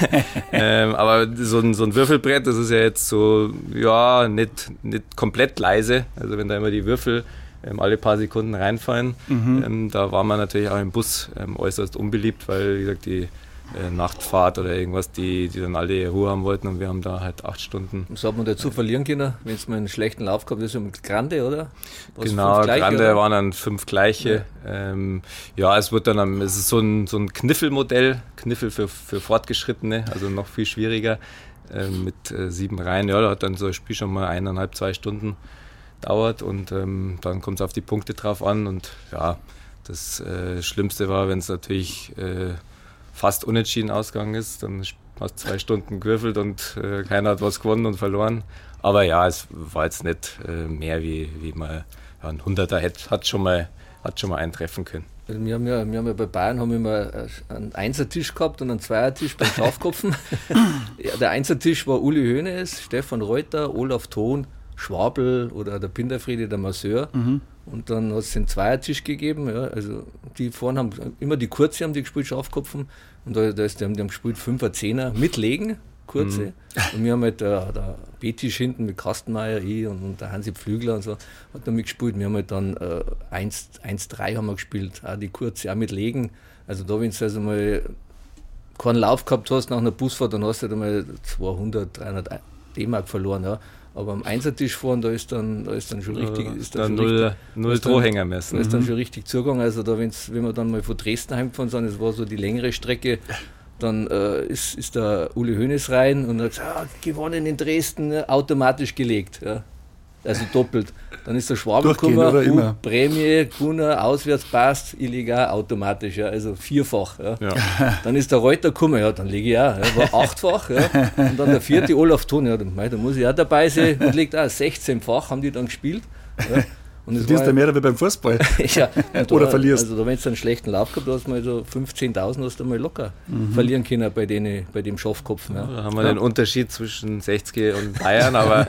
Aber so ein Würfelbrett, das ist ja jetzt so, ja, nicht komplett leise. Also wenn da immer die Würfel alle paar Sekunden reinfallen, da war man natürlich auch im Bus äußerst unbeliebt, weil, wie gesagt, die Nachtfahrt oder irgendwas, die dann alle Ruhe haben wollten und wir haben da halt 8 Stunden. Was hat man dazu verlieren können, wenn es mal einen schlechten Lauf gehabt ist, mit Grande, oder? Was, genau, gleiche, Grande oder? waren dann 5 gleiche. Ja, es ist so ein Kniffelmodell, Kniffel für Fortgeschrittene, also noch viel schwieriger, mit 7 Reihen. Ja, da hat dann so ein Spiel schon mal 1,5, 2 Stunden dauert und dann kommt es auf die Punkte drauf an und ja, das Schlimmste war, wenn es natürlich fast unentschieden ausgegangen ist, dann hast du 2 Stunden gewürfelt und keiner hat was gewonnen und verloren. Aber ja, es war jetzt nicht mehr wie mal ein 100er hat schon mal eintreffen können. Also wir haben ja bei Bayern immer einen Einsertisch gehabt und einen Zweiertisch beim Schafkopfen. Ja, der Einsertisch war Uli Hoeneß, Stefan Reuter, Olaf Thon, Schwabel oder der Pinderfriede, der Masseur. Und dann hat es den Zweiertisch gegeben. Ja, also die vorne haben immer die Kurze haben die gespielt, Schafkopfen. Und die haben gespielt 5er, 10er mit Legen, Kurze. Und wir haben halt der B-Tisch hinten mit Kastenmeier, ich und der Hansi Pflügler und so, hat da mitgespielt. Wir haben halt dann 1-3 haben wir gespielt, auch die Kurze, auch mit Legen. Also da, wenn du also mal keinen Lauf gehabt hast nach einer Busfahrt, dann hast du halt einmal 200, 300 D-Mark verloren. Ja. Aber am Einsertisch vorne, da ist dann schon richtig. Ist dann null Drohhänger messen. Da ist dann schon richtig zugegangen. Also da, wenn wir dann mal von Dresden heimgefahren sind, das war so die längere Strecke, dann ist der Uli Hoeneß rein und hat gesagt, gewonnen in Dresden, automatisch gelegt. Ja. Also doppelt. Dann ist der Schwabel gekommen, Prämie, Gunnar, auswärts passt, illegal, automatisch, ja, also 4-fach. Ja. Ja. Dann ist der Reuter gekommen, ja, dann lege ich auch, ja, war 8-fach. Ja. Und dann der 4. Olaf Thon, ja, da muss ich auch dabei sein und legt auch 16-fach, haben die dann gespielt. Ja. Und du bist ja mehr wie beim Fußball. Ja, oder verlierst. Also da, wenn du einen schlechten Lauf gehabt hast, mal so 15.000 hast du mal locker verlieren können bei dem Schafkopf. Ja. Da haben wir den Unterschied zwischen 60 und Bayern, aber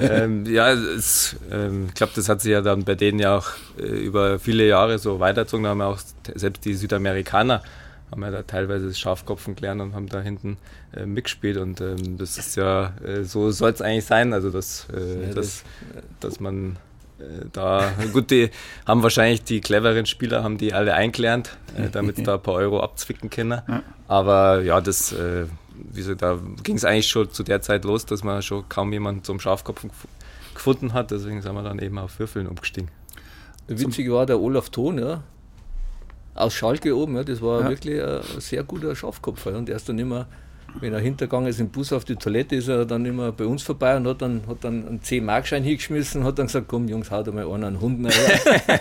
ich glaube, das hat sich ja dann bei denen ja auch über viele Jahre so weitergezogen. Da haben wir auch selbst die Südamerikaner haben ja da teilweise das Schafkopfen gelernt und haben da hinten mitgespielt und das ist ja, so soll es eigentlich sein, also dass man da, gut, die haben wahrscheinlich die cleveren Spieler, haben die alle eingelernt, damit sie da ein paar Euro abzwicken können. Ja. Aber ja, da ging es eigentlich schon zu der Zeit los, dass man schon kaum jemanden zum Schafkopfen gefunden hat. Deswegen sind wir dann eben auf Würfeln umgestiegen. Witzig war der Olaf Thon, ja, aus Schalke oben. Ja, das war wirklich ein sehr guter Schafkopfer. Ja, und er ist dann immer wenn er hintergegangen ist im Bus auf die Toilette, ist er dann immer bei uns vorbei und hat dann einen 10-Mark-Schein hingeschmissen und hat dann gesagt, komm Jungs, haut mal einen Hund her.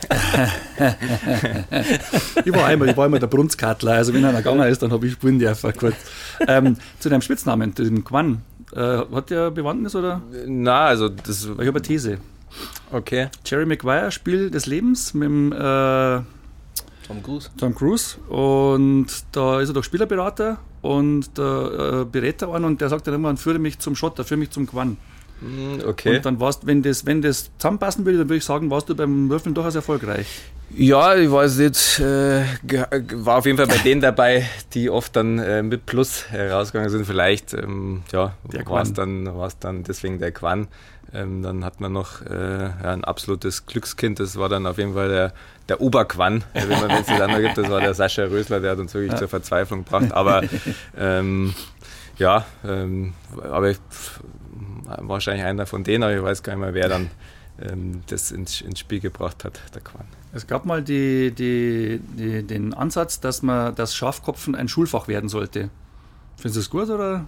Ich war einmal der Brunzkartler, also wenn einer gegangen ist, dann habe ich spielen dürfen kurz. Zu deinem Spitznamen, dem Quan, hat der Bewandtnis oder? Na, also das... Ich habe eine These. Okay. Jerry Maguire, Spiel des Lebens mit dem Tom Cruise. Und da ist er doch Spielerberater und da berät er einen und der sagt dann immer, führe mich zum Schotter, führe mich zum Quan. Okay. Und dann warst, wenn das zusammenpassen würde, dann würde ich sagen, warst du beim Würfeln durchaus erfolgreich. Ja, ich weiß jetzt, war auf jeden Fall bei denen dabei, die oft dann mit Plus rausgegangen sind. Vielleicht war es dann deswegen der Quan. Dann hat man noch ein absolutes Glückskind, das war dann auf jeden Fall der Oberquan, wenn man den zueinander gibt, das war der Sascha Rösler, der hat uns wirklich zur Verzweiflung gebracht. Aber aber wahrscheinlich einer von denen, aber ich weiß gar nicht mehr, wer dann das ins Spiel gebracht hat, der Quan. Es gab mal den Ansatz, dass das Schafkopfen ein Schulfach werden sollte. Findest du das gut oder?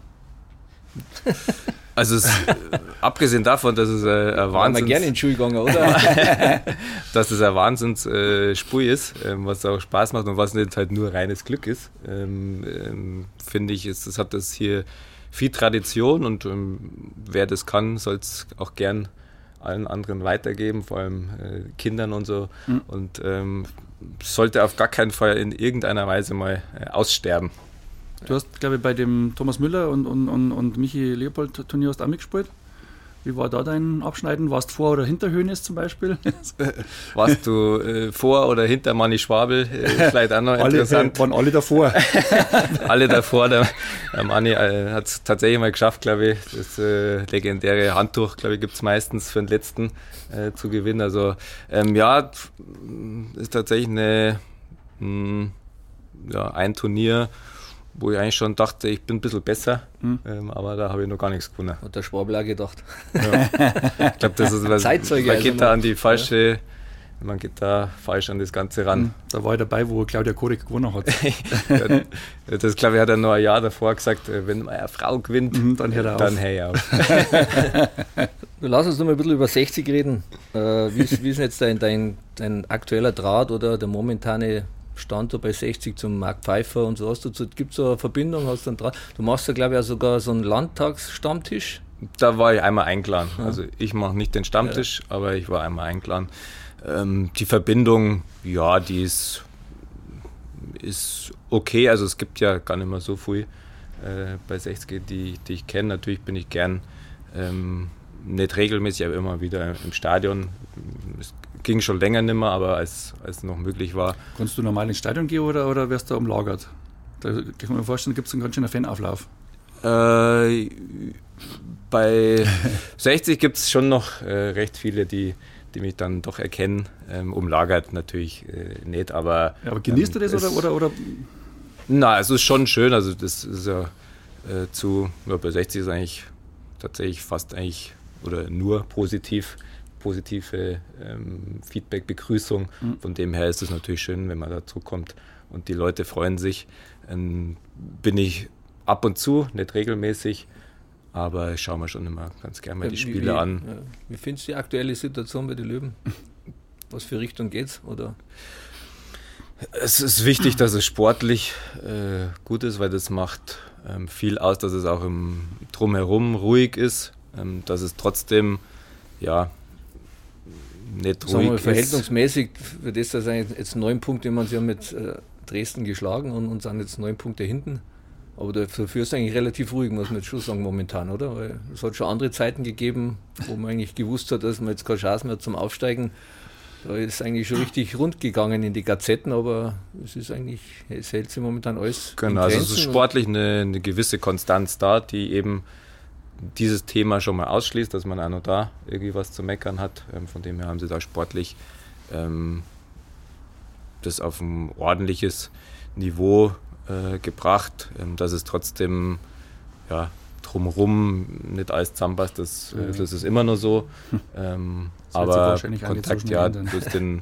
Also abgesehen davon, dass es ein Wahnsinns... gerne in die Schule gegangen, oder? dass es ein Wahnsinnsspui ist, was auch Spaß macht und was nicht halt nur reines Glück ist, finde ich, hat das hier viel Tradition und wer das kann, soll es auch gern allen anderen weitergeben, vor allem Kindern und so. Und sollte auf gar keinen Fall in irgendeiner Weise mal aussterben. Du hast, glaube ich, bei dem Thomas Müller und Michi Leopold Turnier hast du auch mitgespielt. Wie war da dein Abschneiden? Warst du vor oder hinter Hoeneß zum Beispiel? Warst du vor oder hinter Manni Schwabel? Vielleicht auch noch interessant. Waren alle davor. Alle davor. Der Manni hat es tatsächlich mal geschafft, glaube ich. Das legendäre Handtuch, glaube ich, gibt es meistens für den letzten zu gewinnen. Also ist tatsächlich ein Turnier, wo ich eigentlich schon dachte, ich bin ein bisschen besser, aber da habe ich noch gar nichts gewonnen. Hat der Schwabel auch gedacht. Ja. Ich glaube, das ist Zeitzeuge. Man geht da an die falsche, man geht da falsch an das Ganze ran. Da war ich dabei, wo Claudia Korek gewonnen hat. Das, glaube ich, hat er noch ein Jahr davor gesagt, wenn meine Frau gewinnt, dann hört er auf. Dann hör ich auf. Lass uns noch mal ein bisschen über 60 reden. Wie ist denn jetzt dein aktueller Draht oder der momentane Stand da bei 60 zum Marc Pfeiffer und so? Gibt es so eine Verbindung? Hast du einen Draht? Du machst ja, glaube ich, auch sogar so einen Landtagsstammtisch. Da war ich einmal eingeladen. Ja. Also ich mache nicht den Stammtisch, aber ich war einmal eingeladen. Die Verbindung, ja, die ist okay. Also es gibt ja gar nicht mehr so viel bei 60, die ich kenne. Natürlich bin ich gern nicht regelmäßig, aber immer wieder im Stadion. Es ging schon länger nicht mehr, aber als noch möglich war. Kannst du normal ins Stadion gehen oder wirst du umlagert? Da kann ich mir vorstellen, gibt es einen ganz schönen Fanauflauf. Bei 60 gibt es schon noch recht viele, die mich dann doch erkennen. Umlagert natürlich nicht, aber... Ja, aber genießt du das oder? Na, es ist schon schön. Also das ist ja bei 60 ist eigentlich tatsächlich fast eigentlich oder nur positive Feedback, Begrüßung. Von dem her ist es natürlich schön, wenn man da zurückkommt und die Leute freuen sich. Bin ich ab und zu, nicht regelmäßig, aber ich schaue mir schon immer ganz gerne mal die Spiele an. Wie findest du die aktuelle Situation bei den Löwen? Was für Richtung geht's? Oder? Es ist wichtig, dass es sportlich gut ist, weil das macht viel aus, dass es auch im Drumherum ruhig ist, dass es trotzdem nicht ruhig sagen wir, verhältnismäßig für das jetzt 9 Punkte, sie haben jetzt Dresden geschlagen und sind jetzt 9 Punkte hinten. Aber dafür ist es eigentlich relativ ruhig, muss man jetzt schon sagen, momentan, oder? Weil es hat schon andere Zeiten gegeben, wo man eigentlich gewusst hat, dass man jetzt keine Chance mehr hat zum Aufsteigen. Da ist eigentlich schon richtig rund gegangen in die Gazetten, aber es hält sich momentan alles. Genau, also es ist sportlich eine gewisse Konstanz da, die eben dieses Thema schon mal ausschließt, dass man auch noch da irgendwie was zu meckern hat. Von dem her haben sie da sportlich das auf ein ordentliches Niveau gebracht, dass es trotzdem drumherum nicht alles zusammenpasst, das ist immer nur so. Aber Kontakt, du hast den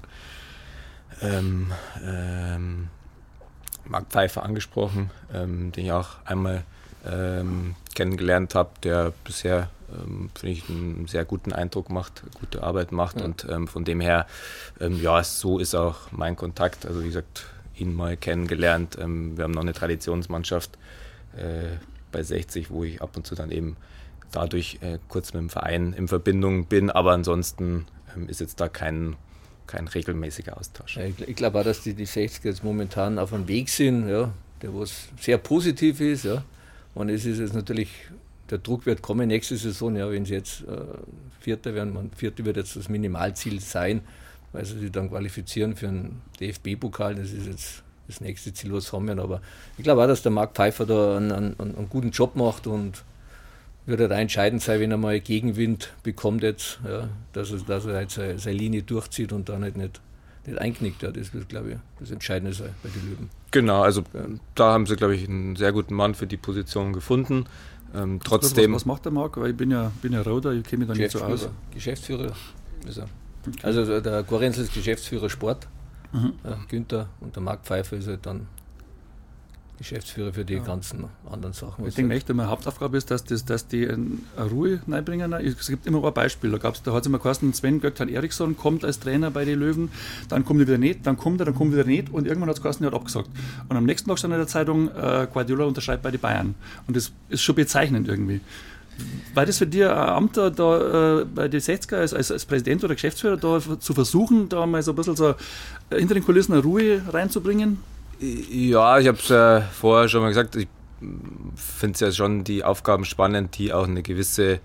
Marc Pfeiffer angesprochen, den ich auch einmal kennengelernt habe, der bisher, finde ich, einen sehr guten Eindruck macht, gute Arbeit macht. Ja. Und von dem her, so ist auch mein Kontakt. Also wie gesagt, ihn mal kennengelernt. Wir haben noch eine Traditionsmannschaft bei 60, wo ich ab und zu dann eben dadurch kurz mit dem Verein in Verbindung bin. Aber ansonsten ist jetzt da kein regelmäßiger Austausch. Ja, ich glaube auch, dass die 60er jetzt momentan auf einem Weg sind, ja, der was sehr positiv ist. Ja. Und es ist jetzt natürlich, der Druck wird kommen nächste Saison, ja, wenn sie jetzt Vierter werden. Vierter wird jetzt das Minimalziel sein, weil sie sich dann qualifizieren für einen DFB-Pokal. Das ist jetzt das nächste Ziel, was haben werden. Aber ich glaube auch, dass der Marc Pfeiffer da einen guten Job macht und wird halt entscheidend sein, wenn er mal Gegenwind bekommt jetzt, ja, dass er halt seine Linie durchzieht und dann halt nicht einknickt. Ja. Das wird, glaube ich, das Entscheidende sein bei den Löwen. Genau, also da haben sie, glaube ich, einen sehr guten Mann für die Position gefunden. Trotzdem. Was macht der Marc? Weil ich bin ja Rauder, ich kenne mich da nicht so aus. Geschäftsführer ist er. Okay. Also der Gorenzel ist Geschäftsführer Sport, Günther, und der Marc Pfeiffer ist halt dann Geschäftsführer für die ganzen anderen Sachen. Ich denke echt, meine Hauptaufgabe ist, dass die eine Ruhe reinbringen. Es gibt immer ein Beispiel. Da hat es immer geheißen, Sven Gökhan Eriksson kommt als Trainer bei den Löwen, dann kommt er wieder nicht, dann kommt er wieder nicht und irgendwann hat es geheißen, er hat abgesagt. Und am nächsten Tag stand in der Zeitung, Guardiola unterschreibt bei den Bayern. Und das ist schon bezeichnend irgendwie. War das für dich ein Amt da bei den 60er als Präsident oder Geschäftsführer da zu versuchen, da mal so ein bisschen so hinter den Kulissen eine Ruhe reinzubringen? Ja, ich habe es vorher schon mal gesagt, ich finde es ja schon die Aufgaben spannend, die auch eine gewisse,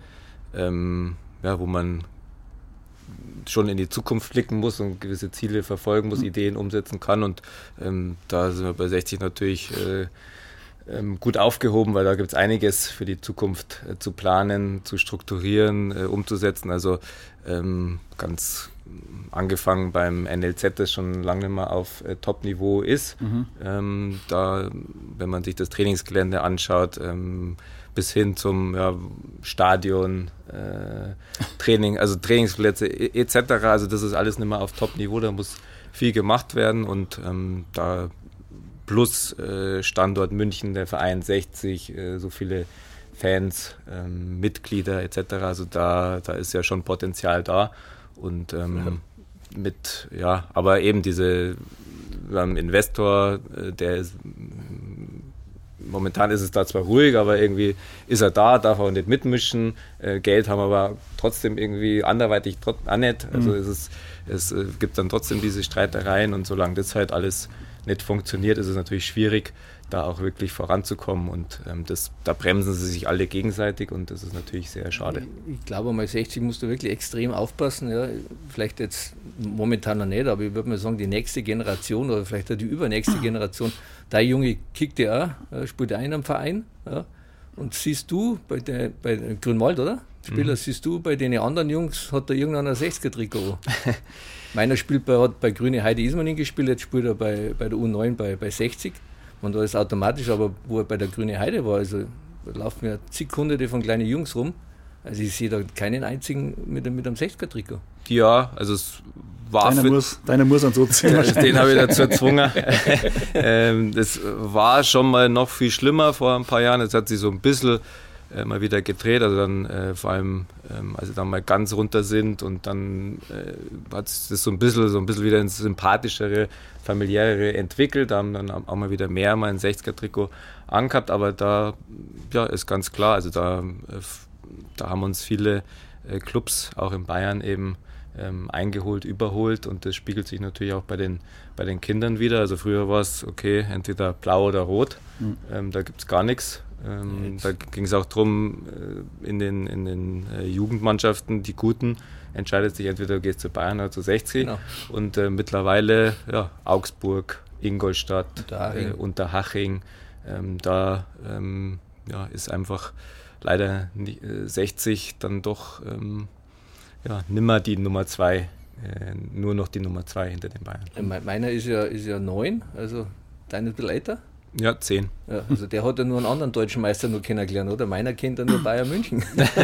wo man schon in die Zukunft blicken muss und gewisse Ziele verfolgen muss, Ideen umsetzen kann, und da sind wir bei 60 natürlich gut aufgehoben, weil da gibt es einiges für die Zukunft zu planen, zu strukturieren, umzusetzen. Also ganz angefangen beim NLZ, das schon lange nicht mehr auf Top-Niveau ist. Da, wenn man sich das Trainingsgelände anschaut, bis hin zum Stadion, Training, also Trainingsplätze etc. Also das ist alles nicht mehr auf Top-Niveau, da muss viel gemacht werden, und da plus Standort München, der Verein 60, so viele Fans, Mitglieder etc. Also da ist ja schon Potenzial da. Und aber eben wir haben einen Investor, der ist, momentan ist es da zwar ruhig, aber irgendwie ist er da, darf auch nicht mitmischen. Geld haben wir aber trotzdem irgendwie anderweitig auch nicht. Also es gibt dann trotzdem diese Streitereien, und solange das halt alles nicht funktioniert, ist es natürlich schwierig, da auch wirklich voranzukommen, und da bremsen sie sich alle gegenseitig, und das ist natürlich sehr schade. Ich glaube, mal 60 musst du wirklich extrem aufpassen, ja. Vielleicht jetzt momentan noch nicht, aber ich würde mal sagen, die nächste Generation oder vielleicht auch die übernächste Generation, der Junge kickt ja auch, spielt auch in einem Verein, ja. Und siehst du bei Grünwald, oder? Spieler, siehst du bei den anderen Jungs, hat da irgendeiner 60er-Trikot. Meiner hat bei Grüne Heide Ismaning gespielt, jetzt spielt er bei der U9 bei 60. Und da ist automatisch, aber wo er bei der Grüne Heide war, also da laufen ja zig Hunderte von kleinen Jungs rum. Also ich sehe da keinen einzigen mit einem 60er-Trikot. Ja, also es war Deiner muss an so ziehen. Den habe ich dazu gezwungen. Das war schon mal noch viel schlimmer vor ein paar Jahren. Es hat sich so ein bisschen mal wieder gedreht, also dann vor allem, als sie dann mal ganz runter sind, und dann hat sich das so ein bisschen wieder ins sympathischere, familiärere entwickelt. Da haben dann auch mal wieder mehr mal ein 60er-Trikot angehabt, aber da ist ganz klar, also da haben uns viele Clubs, auch in Bayern eben, eingeholt, überholt, und das spiegelt sich natürlich auch bei den Kindern wieder. Also früher war es okay, entweder blau oder rot, da gibt es gar nichts. Da ging es auch darum, in den Jugendmannschaften, die Guten, entscheidet sich entweder du gehst zu Bayern oder zu 60. Genau. Und mittlerweile Augsburg, Ingolstadt, Unterhaching, da ist einfach leider 60 dann doch nimmer die Nummer 2, nur noch die Nummer 2 hinter den Bayern. Meiner ist ja 9, also deiner ein bisschen älter. Ja, 10. Ja, also der hat ja nur einen anderen deutschen Meister nur kennengelernt, oder? Meiner kennt ja nur Bayern München.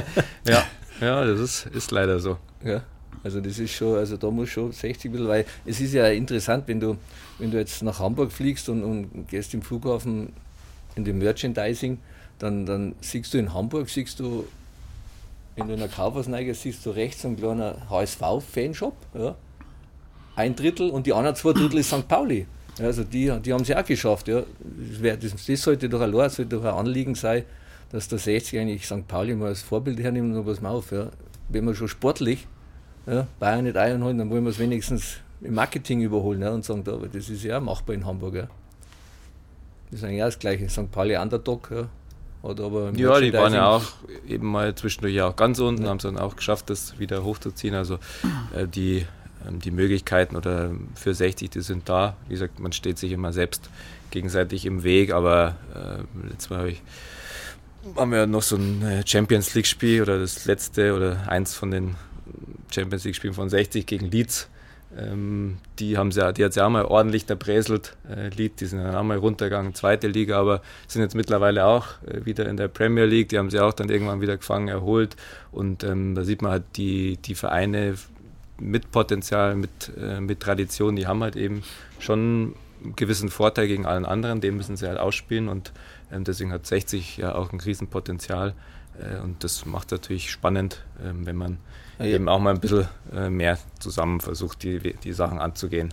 Ja, das ist leider so. Ja, also das ist schon, also da muss schon 60 bisschen, weil es ist ja interessant, wenn du jetzt nach Hamburg fliegst und gehst im Flughafen in dem Merchandising, dann siehst du in Hamburg, wenn du in der Kaufhaus reingehst, siehst du rechts einen kleinen HSV-Fanshop, ja, 1/3 und die anderen 2/3 ist St. Pauli. Also die haben es ja auch geschafft. Ja. Das sollte doch ein Anliegen sein, dass der 60 eigentlich St. Pauli mal als Vorbild hernimmt und was mal auf. Ja. Wenn wir schon sportlich Bayern nicht einholen, dann wollen wir es wenigstens im Marketing überholen, ja, und sagen, aber das ist ja auch machbar in Hamburg. Ja. Das ist eigentlich auch das Gleiche. St. Pauli Underdog. Ja. Aber die waren ja auch eben mal zwischendurch auch ganz unten, haben es dann auch geschafft, das wieder hochzuziehen. Also die Möglichkeiten oder für 60, die sind da. Wie gesagt, man steht sich immer selbst gegenseitig im Weg, aber letztes Mal haben wir noch so ein Champions League Spiel oder das letzte oder eins von den Champions League Spielen von 60 gegen Leeds. Die hat es ja auch mal ordentlich zerbröselt, Leeds, die sind dann auch mal runtergegangen, zweite Liga, aber sind jetzt mittlerweile auch wieder in der Premier League, die haben sie auch dann irgendwann wieder gefangen, erholt und da sieht man halt die Vereine mit Potenzial, mit Tradition, die haben halt eben schon einen gewissen Vorteil gegen allen anderen, den müssen sie halt ausspielen und deswegen hat 60 ja auch ein Riesenpotenzial und das macht es natürlich spannend, wenn man eben auch mal ein bisschen mehr zusammen versucht, die Sachen anzugehen.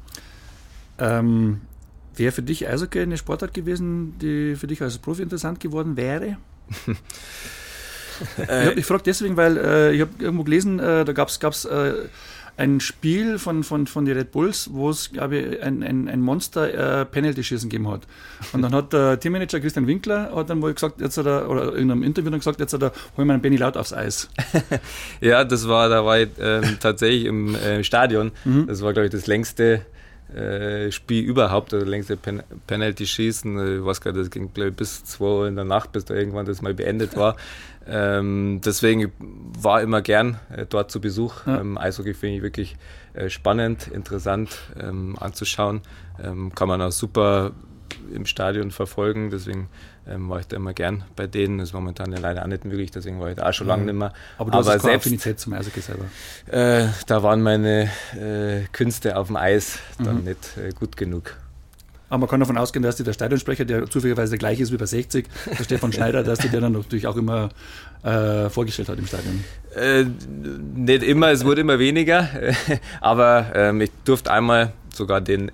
Wäre für dich Eishockey eine Sportart gewesen, die für dich als Profi interessant geworden wäre? Ich frage deswegen, weil ich habe irgendwo gelesen, da gab es ein Spiel von den Red Bulls, wo es, glaube ich, ein Monster-Penalty-Schießen gegeben hat. Und dann hat der Teammanager Christian Winkler hat dann mal gesagt, oder in einem Interview dann gesagt, holen wir einen Benny Laut aufs Eis. Ja, da war ich tatsächlich im Stadion. Das war, glaube ich, das längste Spiel überhaupt, also längste Penalty-Schießen. Ich weiß gar nicht, das ging, glaube ich, bis 2 Uhr in der Nacht, bis da irgendwann das mal beendet war. Deswegen war immer gern dort zu Besuch. Eishockey finde ich wirklich spannend, interessant anzuschauen. Kann man auch super im Stadion verfolgen, deswegen war ich da immer gern bei denen. Das ist momentan ja leider auch nicht möglich, deswegen war ich da auch schon lange nicht mehr. Aber du hast keine Affinität zum Eishockey selber? Da waren meine Künste auf dem Eis dann nicht gut genug. Aber man kann davon ausgehen, dass der Stadionsprecher, der zufälligerweise der gleiche ist wie bei 60, der Stefan Schneider, dass der dann natürlich auch immer vorgestellt hat im Stadion. Nicht immer, es wurde immer weniger, aber ich durfte einmal sogar den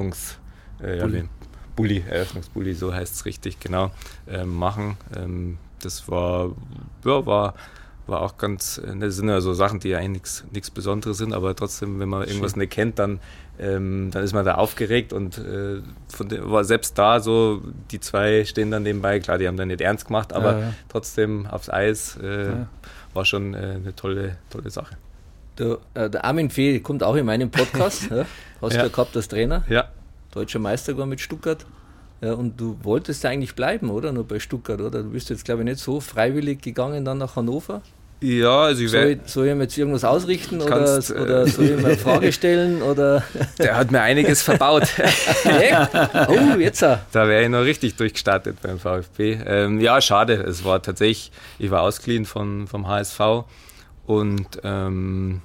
Eröffnungsbully, so heißt es richtig, genau, machen. Das war auch ganz, das sind ja so Sachen, die ja eigentlich nichts Besonderes sind, aber trotzdem, wenn man irgendwas nicht kennt, dann ist man da aufgeregt und war selbst da so, die zwei stehen dann nebenbei, klar, die haben dann nicht ernst gemacht, aber trotzdem aufs Eis war schon eine tolle Sache. Der Armin Fee kommt auch in meinem Podcast, ja? Hast du ja gehabt als Trainer, deutscher Meister war mit Stuttgart. Ja, und du wolltest ja eigentlich bleiben, oder? Nur bei Stuttgart, oder? Du bist jetzt, glaube ich, nicht so freiwillig gegangen dann nach Hannover. Ja, also soll ich ihm jetzt irgendwas ausrichten oder soll ich ihm eine Frage stellen? Oder? Der hat mir einiges verbaut. Oh, jetzt. Da wäre ich noch richtig durchgestartet beim VfB. Ja, schade. Es war tatsächlich, ich war ausgeliehen vom HSV und dann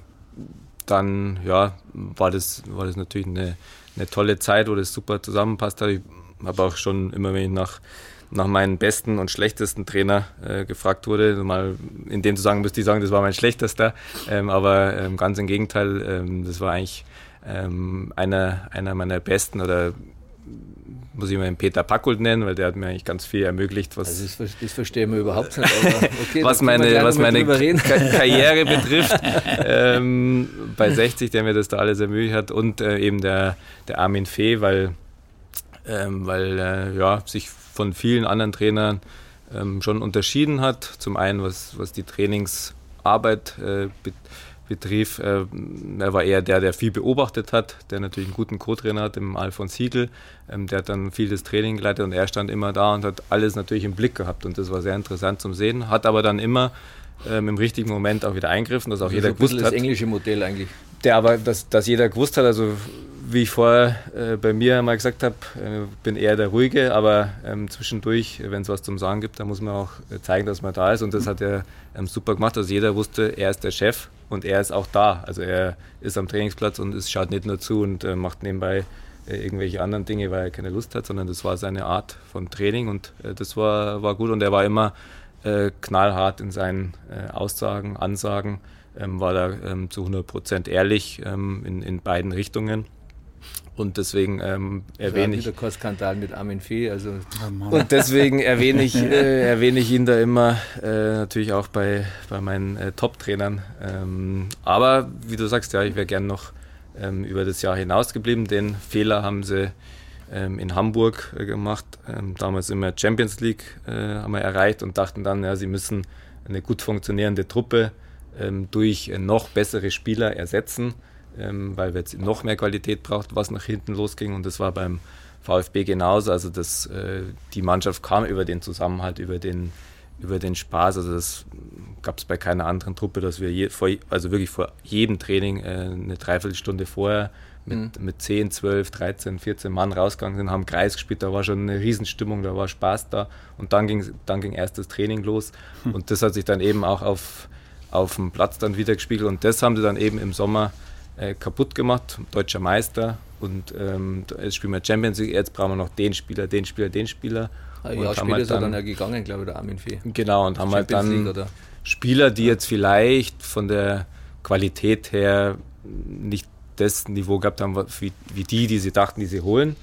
war das natürlich eine tolle Zeit, wo das super zusammenpasst hat. Ich habe auch schon immer, wenn ich nach meinen besten und schlechtesten Trainer gefragt wurde, mal in dem Zusammenhang müsste ich sagen, das war mein schlechtester, aber ganz im Gegenteil, das war eigentlich einer meiner besten, oder muss ich mal den Peter Packold nennen, weil der hat mir eigentlich ganz viel ermöglicht, was also das verstehen wir überhaupt nicht, aber okay, was meine Karriere betrifft, bei 60, der mir das da alles ermöglicht hat, und eben der Armin Fee, weil sich von vielen anderen Trainern schon unterschieden hat. Zum einen, was die Trainingsarbeit betrifft. Er war eher der viel beobachtet hat, der natürlich einen guten Co-Trainer hat, im Alfons Hiegl. Der hat dann viel das Training geleitet und er stand immer da und hat alles natürlich im Blick gehabt. Und das war sehr interessant zum Sehen. Hat aber dann immer im richtigen Moment auch wieder eingegriffen, dass auch jeder gewusst hat. Das englische Modell eigentlich. Dass jeder gewusst hat, also wie ich vorher bei mir mal gesagt habe, bin eher der Ruhige, aber zwischendurch, wenn es was zum Sagen gibt, dann muss man auch zeigen, dass man da ist, und das hat er super gemacht, also jeder wusste, er ist der Chef und er ist auch da, also er ist am Trainingsplatz und schaut nicht nur zu und macht nebenbei irgendwelche anderen Dinge, weil er keine Lust hat, sondern das war seine Art von Training und das war gut und er war immer knallhart in seinen Aussagen, Ansagen, war da zu 100% ehrlich in beiden Richtungen. Und deswegen erwähne ich... Wieder kein Skandal mit Armin Fee. Also. Und deswegen erwähne ich ihn da immer, natürlich auch bei meinen Top-Trainern. Aber wie du sagst, ja, ich wäre gern noch über das Jahr hinaus geblieben. Den Fehler haben sie in Hamburg gemacht. Damals in der Champions League haben wir erreicht und dachten dann, ja, sie müssen eine gut funktionierende Truppe durch noch bessere Spieler ersetzen. Weil wir jetzt noch mehr Qualität braucht, was nach hinten losging und das war beim VfB genauso, also die Mannschaft kam über den Zusammenhalt, über den Spaß, also das gab es bei keiner anderen Truppe, dass wir wirklich vor jedem Training eine Dreiviertelstunde vorher mit 10, 12, 13, 14 Mann rausgegangen sind, haben Kreis gespielt, da war schon eine Riesenstimmung, da war Spaß da und dann ging erst das Training los und das hat sich dann eben auch auf dem Platz dann wieder gespiegelt und das haben sie dann eben im Sommer kaputt gemacht, deutscher Meister und jetzt spielen wir Champions League, jetzt brauchen wir noch den Spieler. Ein Jahr später ist er dann ja gegangen, glaube ich, der Armin Fee. Genau, und haben halt dann Spieler, die jetzt vielleicht von der Qualität her nicht das Niveau gehabt haben, wie die sie dachten, die sie holen,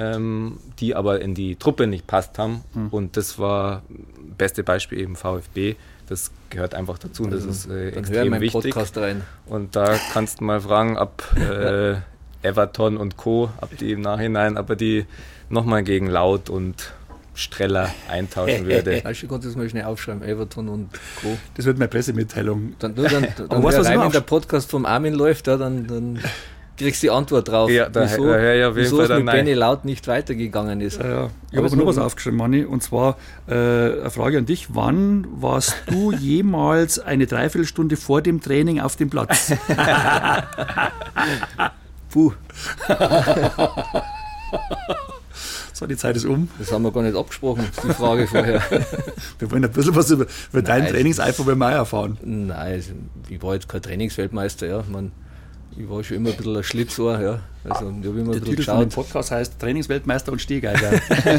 die aber in die Truppe nicht passt haben und das war das beste Beispiel eben VfB. Das gehört einfach dazu und das ist extrem wichtig. Podcast rein. Und da kannst du mal fragen, ob Everton und Co., ob die im Nachhinein, aber die nochmal gegen Laut und Streller eintauschen würde. Also du kannst das mal schnell aufschreiben, Everton und Co. Das wird meine Pressemitteilung. Dann wenn der Podcast vom Armin läuft, ja, dann kriegst du die Antwort drauf, ja, wieso es mit Benny Laut nicht weitergegangen ist. Ja. Ich habe aber noch was aufgeschrieben, Manni, und zwar eine Frage an dich. Wann warst du jemals eine Dreiviertelstunde vor dem Training auf dem Platz? Puh. So, die Zeit ist um. Das haben wir gar nicht abgesprochen, die Frage vorher. Wir wollen ein bisschen was über deinen Trainingseifer bei mir erfahren. Nein, also, ich war jetzt kein Trainingsweltmeister, ja. Ich war schon immer ein bisschen ein Schlitzohr, ja. Also, ich habe immer Der ein Titel bisschen von dem geschaut. Podcast heißt Trainingsweltmeister und Stehgeiger.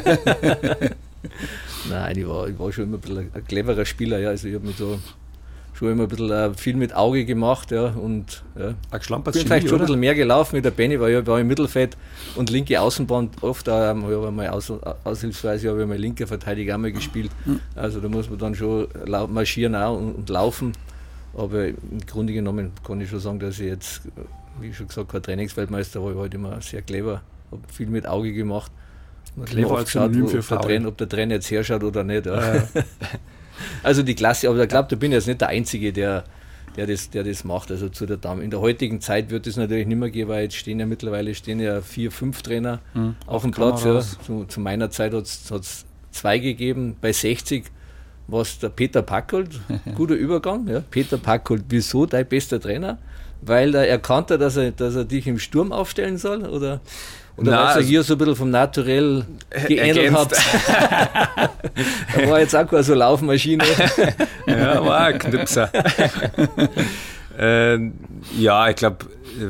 Nein, ich war schon immer ein bisschen ein cleverer Spieler, ja. Also ich habe mich da schon immer ein bisschen viel mit Auge gemacht, ja. Und ja. Ich bin vielleicht schon ein bisschen mehr gelaufen mit der Benny, weil ich war im Mittelfeld und linke Außenbahn oft, da habe ich mal aushilfsweise habe ich mal linker Verteidiger einmal gespielt. Also da muss man dann schon marschieren auch und laufen. Aber im Grunde genommen kann ich schon sagen, dass ich jetzt, wie schon gesagt, kein Trainingsweltmeister war. Ich war halt immer sehr clever, habe viel mit Auge gemacht. Clever als Synonym für faul. Ob der Trainer jetzt herschaut oder nicht. Ja. Also die Klasse, aber ich glaube, da bin ich jetzt nicht der Einzige, der das macht. Also zu der Dame. In der heutigen Zeit wird es natürlich nicht mehr gehen, weil jetzt mittlerweile stehen ja 4, 5 Trainer auf dem Platz. Ja. Zu meiner Zeit hat es 2 gegeben, bei 60 war es der Peter Packold, guter Übergang. Ja. Peter Packold, wieso dein bester Trainer? Weil er erkannt hat, dass er dich im Sturm aufstellen soll? Oder weil ihr hier so ein bisschen vom Naturell geändert habt? Da war jetzt auch keine so Laufmaschine. Ja, war ein Knipser. Ja, ich glaube,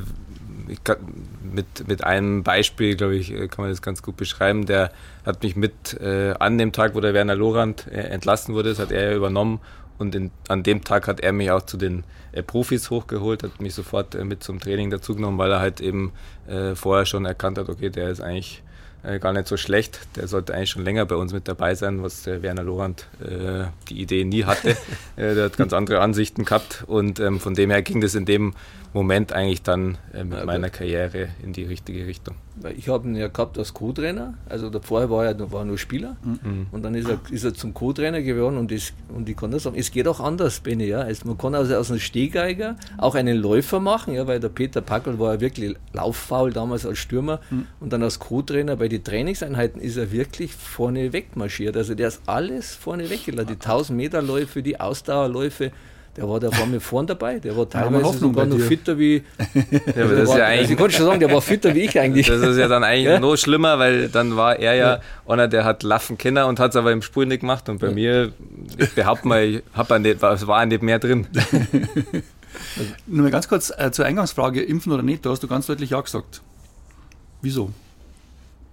mit einem Beispiel, glaube ich, kann man das ganz gut beschreiben. Der hat mich an dem Tag, wo der Werner Lorand entlassen wurde, das hat er übernommen und an dem Tag hat er mich auch zu den Profis hochgeholt, hat mich sofort mit zum Training dazugenommen, weil er halt eben vorher schon erkannt hat, okay, der ist eigentlich gar nicht so schlecht, der sollte eigentlich schon länger bei uns mit dabei sein, was der Werner Lorand die Idee nie hatte. Der hat ganz andere Ansichten gehabt und von dem her ging das in dem Moment eigentlich dann mit meiner Karriere in die richtige Richtung. Ich habe ihn ja gehabt als Co-Trainer, also vorher war er nur Spieler und dann ist er zum Co-Trainer geworden und ich kann nur sagen, es geht auch anders, Benni. Ja? Also man kann also aus einem Stehgeiger auch einen Läufer machen, ja, weil der Peter Packold war ja wirklich lauffaul damals als Stürmer und dann als Co-Trainer bei den Trainingseinheiten ist er wirklich vorne wegmarschiert. Also der ist alles vorne weggelassen, die 1000-Meter-Läufe, die Ausdauerläufe. Der war mir vorne dabei, der war teilweise sogar noch fitter wie. Ja, aber das ist ja eigentlich, ich kann schon sagen, der war fitter wie ich eigentlich. Das ist ja dann eigentlich noch schlimmer, weil dann war er ja einer, der hat Laffenkenner und hat es aber im Spiel nicht gemacht. Und bei mir, ich behaupte mal, es war nicht mehr drin. Nur mal ganz kurz zur Eingangsfrage, impfen oder nicht, da hast du ganz deutlich ja gesagt. Wieso?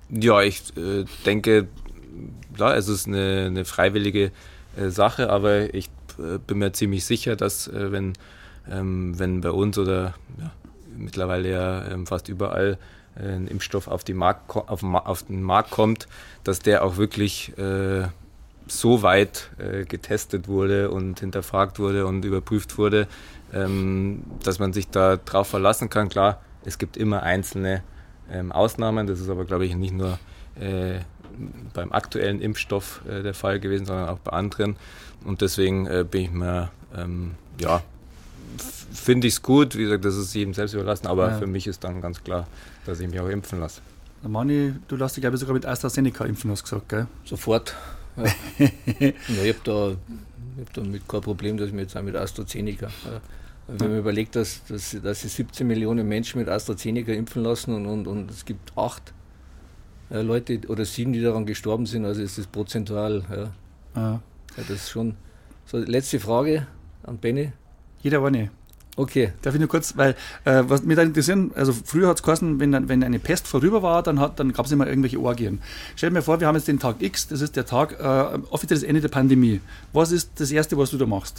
Ja, ich denke, klar, es ist eine freiwillige Sache, aber ich bin mir ziemlich sicher, dass wenn bei uns oder mittlerweile ja fast überall ein Impfstoff auf den Markt kommt, dass der auch wirklich so weit getestet wurde und hinterfragt wurde und überprüft wurde, dass man sich da drauf verlassen kann. Klar, es gibt immer einzelne Ausnahmen, das ist aber, glaube ich, nicht nur beim aktuellen Impfstoff der Fall gewesen, sondern auch bei anderen. Und deswegen bin ich mir, finde ich es gut, wie gesagt, das ist jedem selbst überlassen, aber für mich ist dann ganz klar, dass ich mich auch impfen lasse. Mani, du lässt dich, glaube ich, sogar mit AstraZeneca impfen, hast du gesagt, gell? Sofort. Ja. Ich habe damit kein Problem, dass ich mich jetzt auch mit AstraZeneca. Wenn man überlegt, dass sich 17 Millionen Menschen mit AstraZeneca impfen lassen und es gibt 8 Leute oder 7, die daran gestorben sind, also ist das prozentual. Ja, das ist schon. So, letzte Frage an Benni. Jeder war nicht. Okay. Darf ich nur kurz, weil was mich da interessiert, also früher hat es geheißen, wenn eine Pest vorüber war, dann gab es immer irgendwelche Orgien. Stell dir mal vor, wir haben jetzt den Tag X, das ist der Tag, offizielles Ende der Pandemie. Was ist das Erste, was du da machst?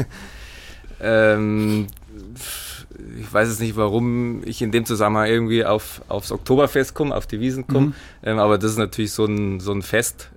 Ich weiß jetzt nicht, warum ich in dem Zusammenhang irgendwie aufs Oktoberfest komme, auf die Wiesn komme, aber das ist natürlich so ein Fest,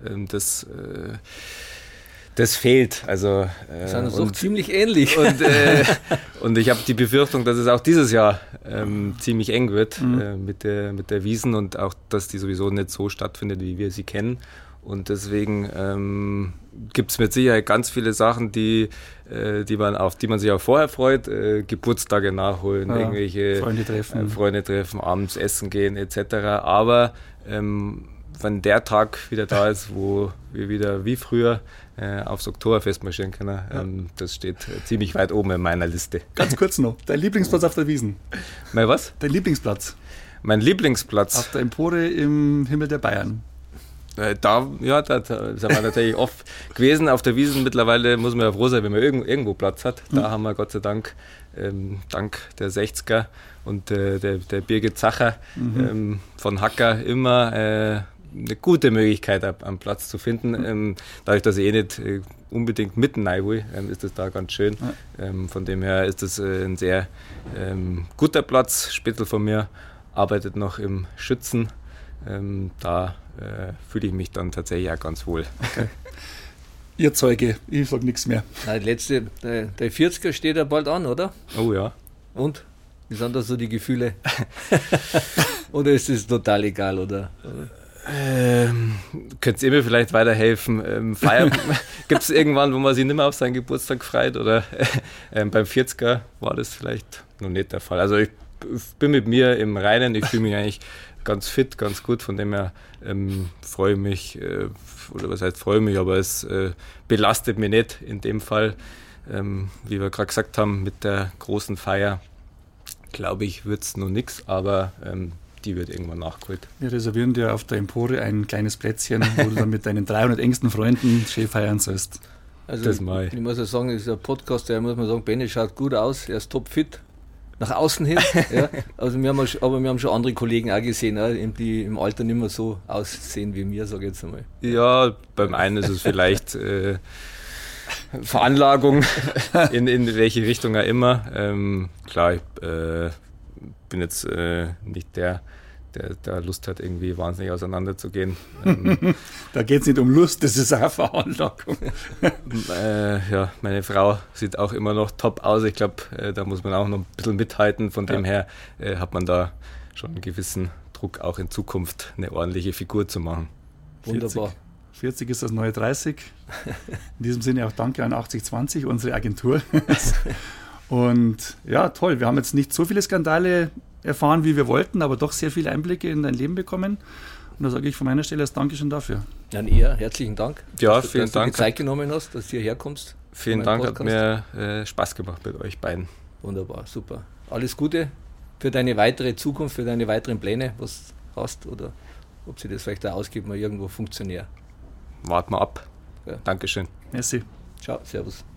das fehlt. Also, das ist doch ziemlich ähnlich. Und ich habe die Befürchtung, dass es auch dieses Jahr ziemlich eng wird mit der Wiesn und auch, dass die sowieso nicht so stattfindet, wie wir sie kennen. Und deswegen gibt es mit Sicherheit ganz viele Sachen, auf die man sich auch vorher freut. Geburtstage nachholen, irgendwelche Freunde treffen, abends essen gehen etc. Aber wenn der Tag wieder da ist, wo wir wieder wie früher aufs Oktoberfest marschieren können, das steht ziemlich weit oben in meiner Liste. Ganz kurz noch, dein Lieblingsplatz auf der Wiesn? Mein was? Dein Lieblingsplatz? Mein Lieblingsplatz? Auf der Empore im Himmel der Bayern. Da sind wir natürlich oft gewesen auf der Wiesn. Mittlerweile muss man ja froh sein, wenn man irgendwo Platz hat. Da haben wir Gott sei Dank, dank der 60er und der Birgit Zacher von Hacker immer eine gute Möglichkeit, einen Platz zu finden. Dadurch, dass ich nicht unbedingt mitten rein will, ist das da ganz schön. Von dem her ist das ein sehr guter Platz. Spittel von mir arbeitet noch im Schützen. Da fühle ich mich dann tatsächlich auch ganz wohl. Okay. Ihr Zeuge, ich sage nichts mehr. Der 40er steht ja bald an, oder? Oh ja. Und? Wie sind da so die Gefühle? Oder ist es total egal, oder? Könnt ihr mir vielleicht weiterhelfen? Gibt es irgendwann, wo man sich nicht mehr auf seinen Geburtstag freut? Oder beim 40er war das vielleicht noch nicht der Fall. Also ich bin mit mir im Reinen, ich fühle mich eigentlich ganz fit, ganz gut, von dem her freue ich mich, oder was heißt freue mich, aber es belastet mich nicht in dem Fall. Wie wir gerade gesagt haben, mit der großen Feier, glaube ich, wird es noch nichts, aber die wird irgendwann nachgeholt. Wir reservieren dir auf der Empore ein kleines Plätzchen, wo du dann mit deinen 300 engsten Freunden schön feiern sollst. Also ich muss ja sagen, es ist ein Podcast, da muss man sagen, Benni schaut gut aus, er ist topfit. Nach außen hin, ja. Also wir haben schon andere Kollegen auch gesehen, die im Alter nicht mehr so aussehen wie mir, sage ich jetzt einmal. Ja, beim einen ist es vielleicht Veranlagung, in welche Richtung auch immer. Klar, ich bin jetzt nicht der Lust hat, irgendwie wahnsinnig auseinanderzugehen. Da geht es nicht um Lust, das ist auch Veranlagung. Meine Frau sieht auch immer noch top aus. Ich glaube, da muss man auch noch ein bisschen mithalten. Von dem her hat man da schon einen gewissen Druck, auch in Zukunft eine ordentliche Figur zu machen. Wunderbar. 40 ist das neue 30. In diesem Sinne auch danke an 8020, unsere Agentur. Und ja, toll. Wir haben jetzt nicht so viele Skandale erfahren, wie wir wollten, aber doch sehr viele Einblicke in dein Leben bekommen. Und da sage ich von meiner Stelle das Dankeschön dafür. Jan Ehr, herzlichen Dank. Ja, vielen Dank. Dass du die Zeit genommen hast, dass du hierher kommst. Vielen Dank, Podcast. Hat mir Spaß gemacht mit euch beiden. Wunderbar, super. Alles Gute für deine weitere Zukunft, für deine weiteren Pläne, was du hast oder ob sie das vielleicht auch ausgibt, mal irgendwo funktioniert. Warten wir ab. Ja. Dankeschön. Merci. Ciao, servus.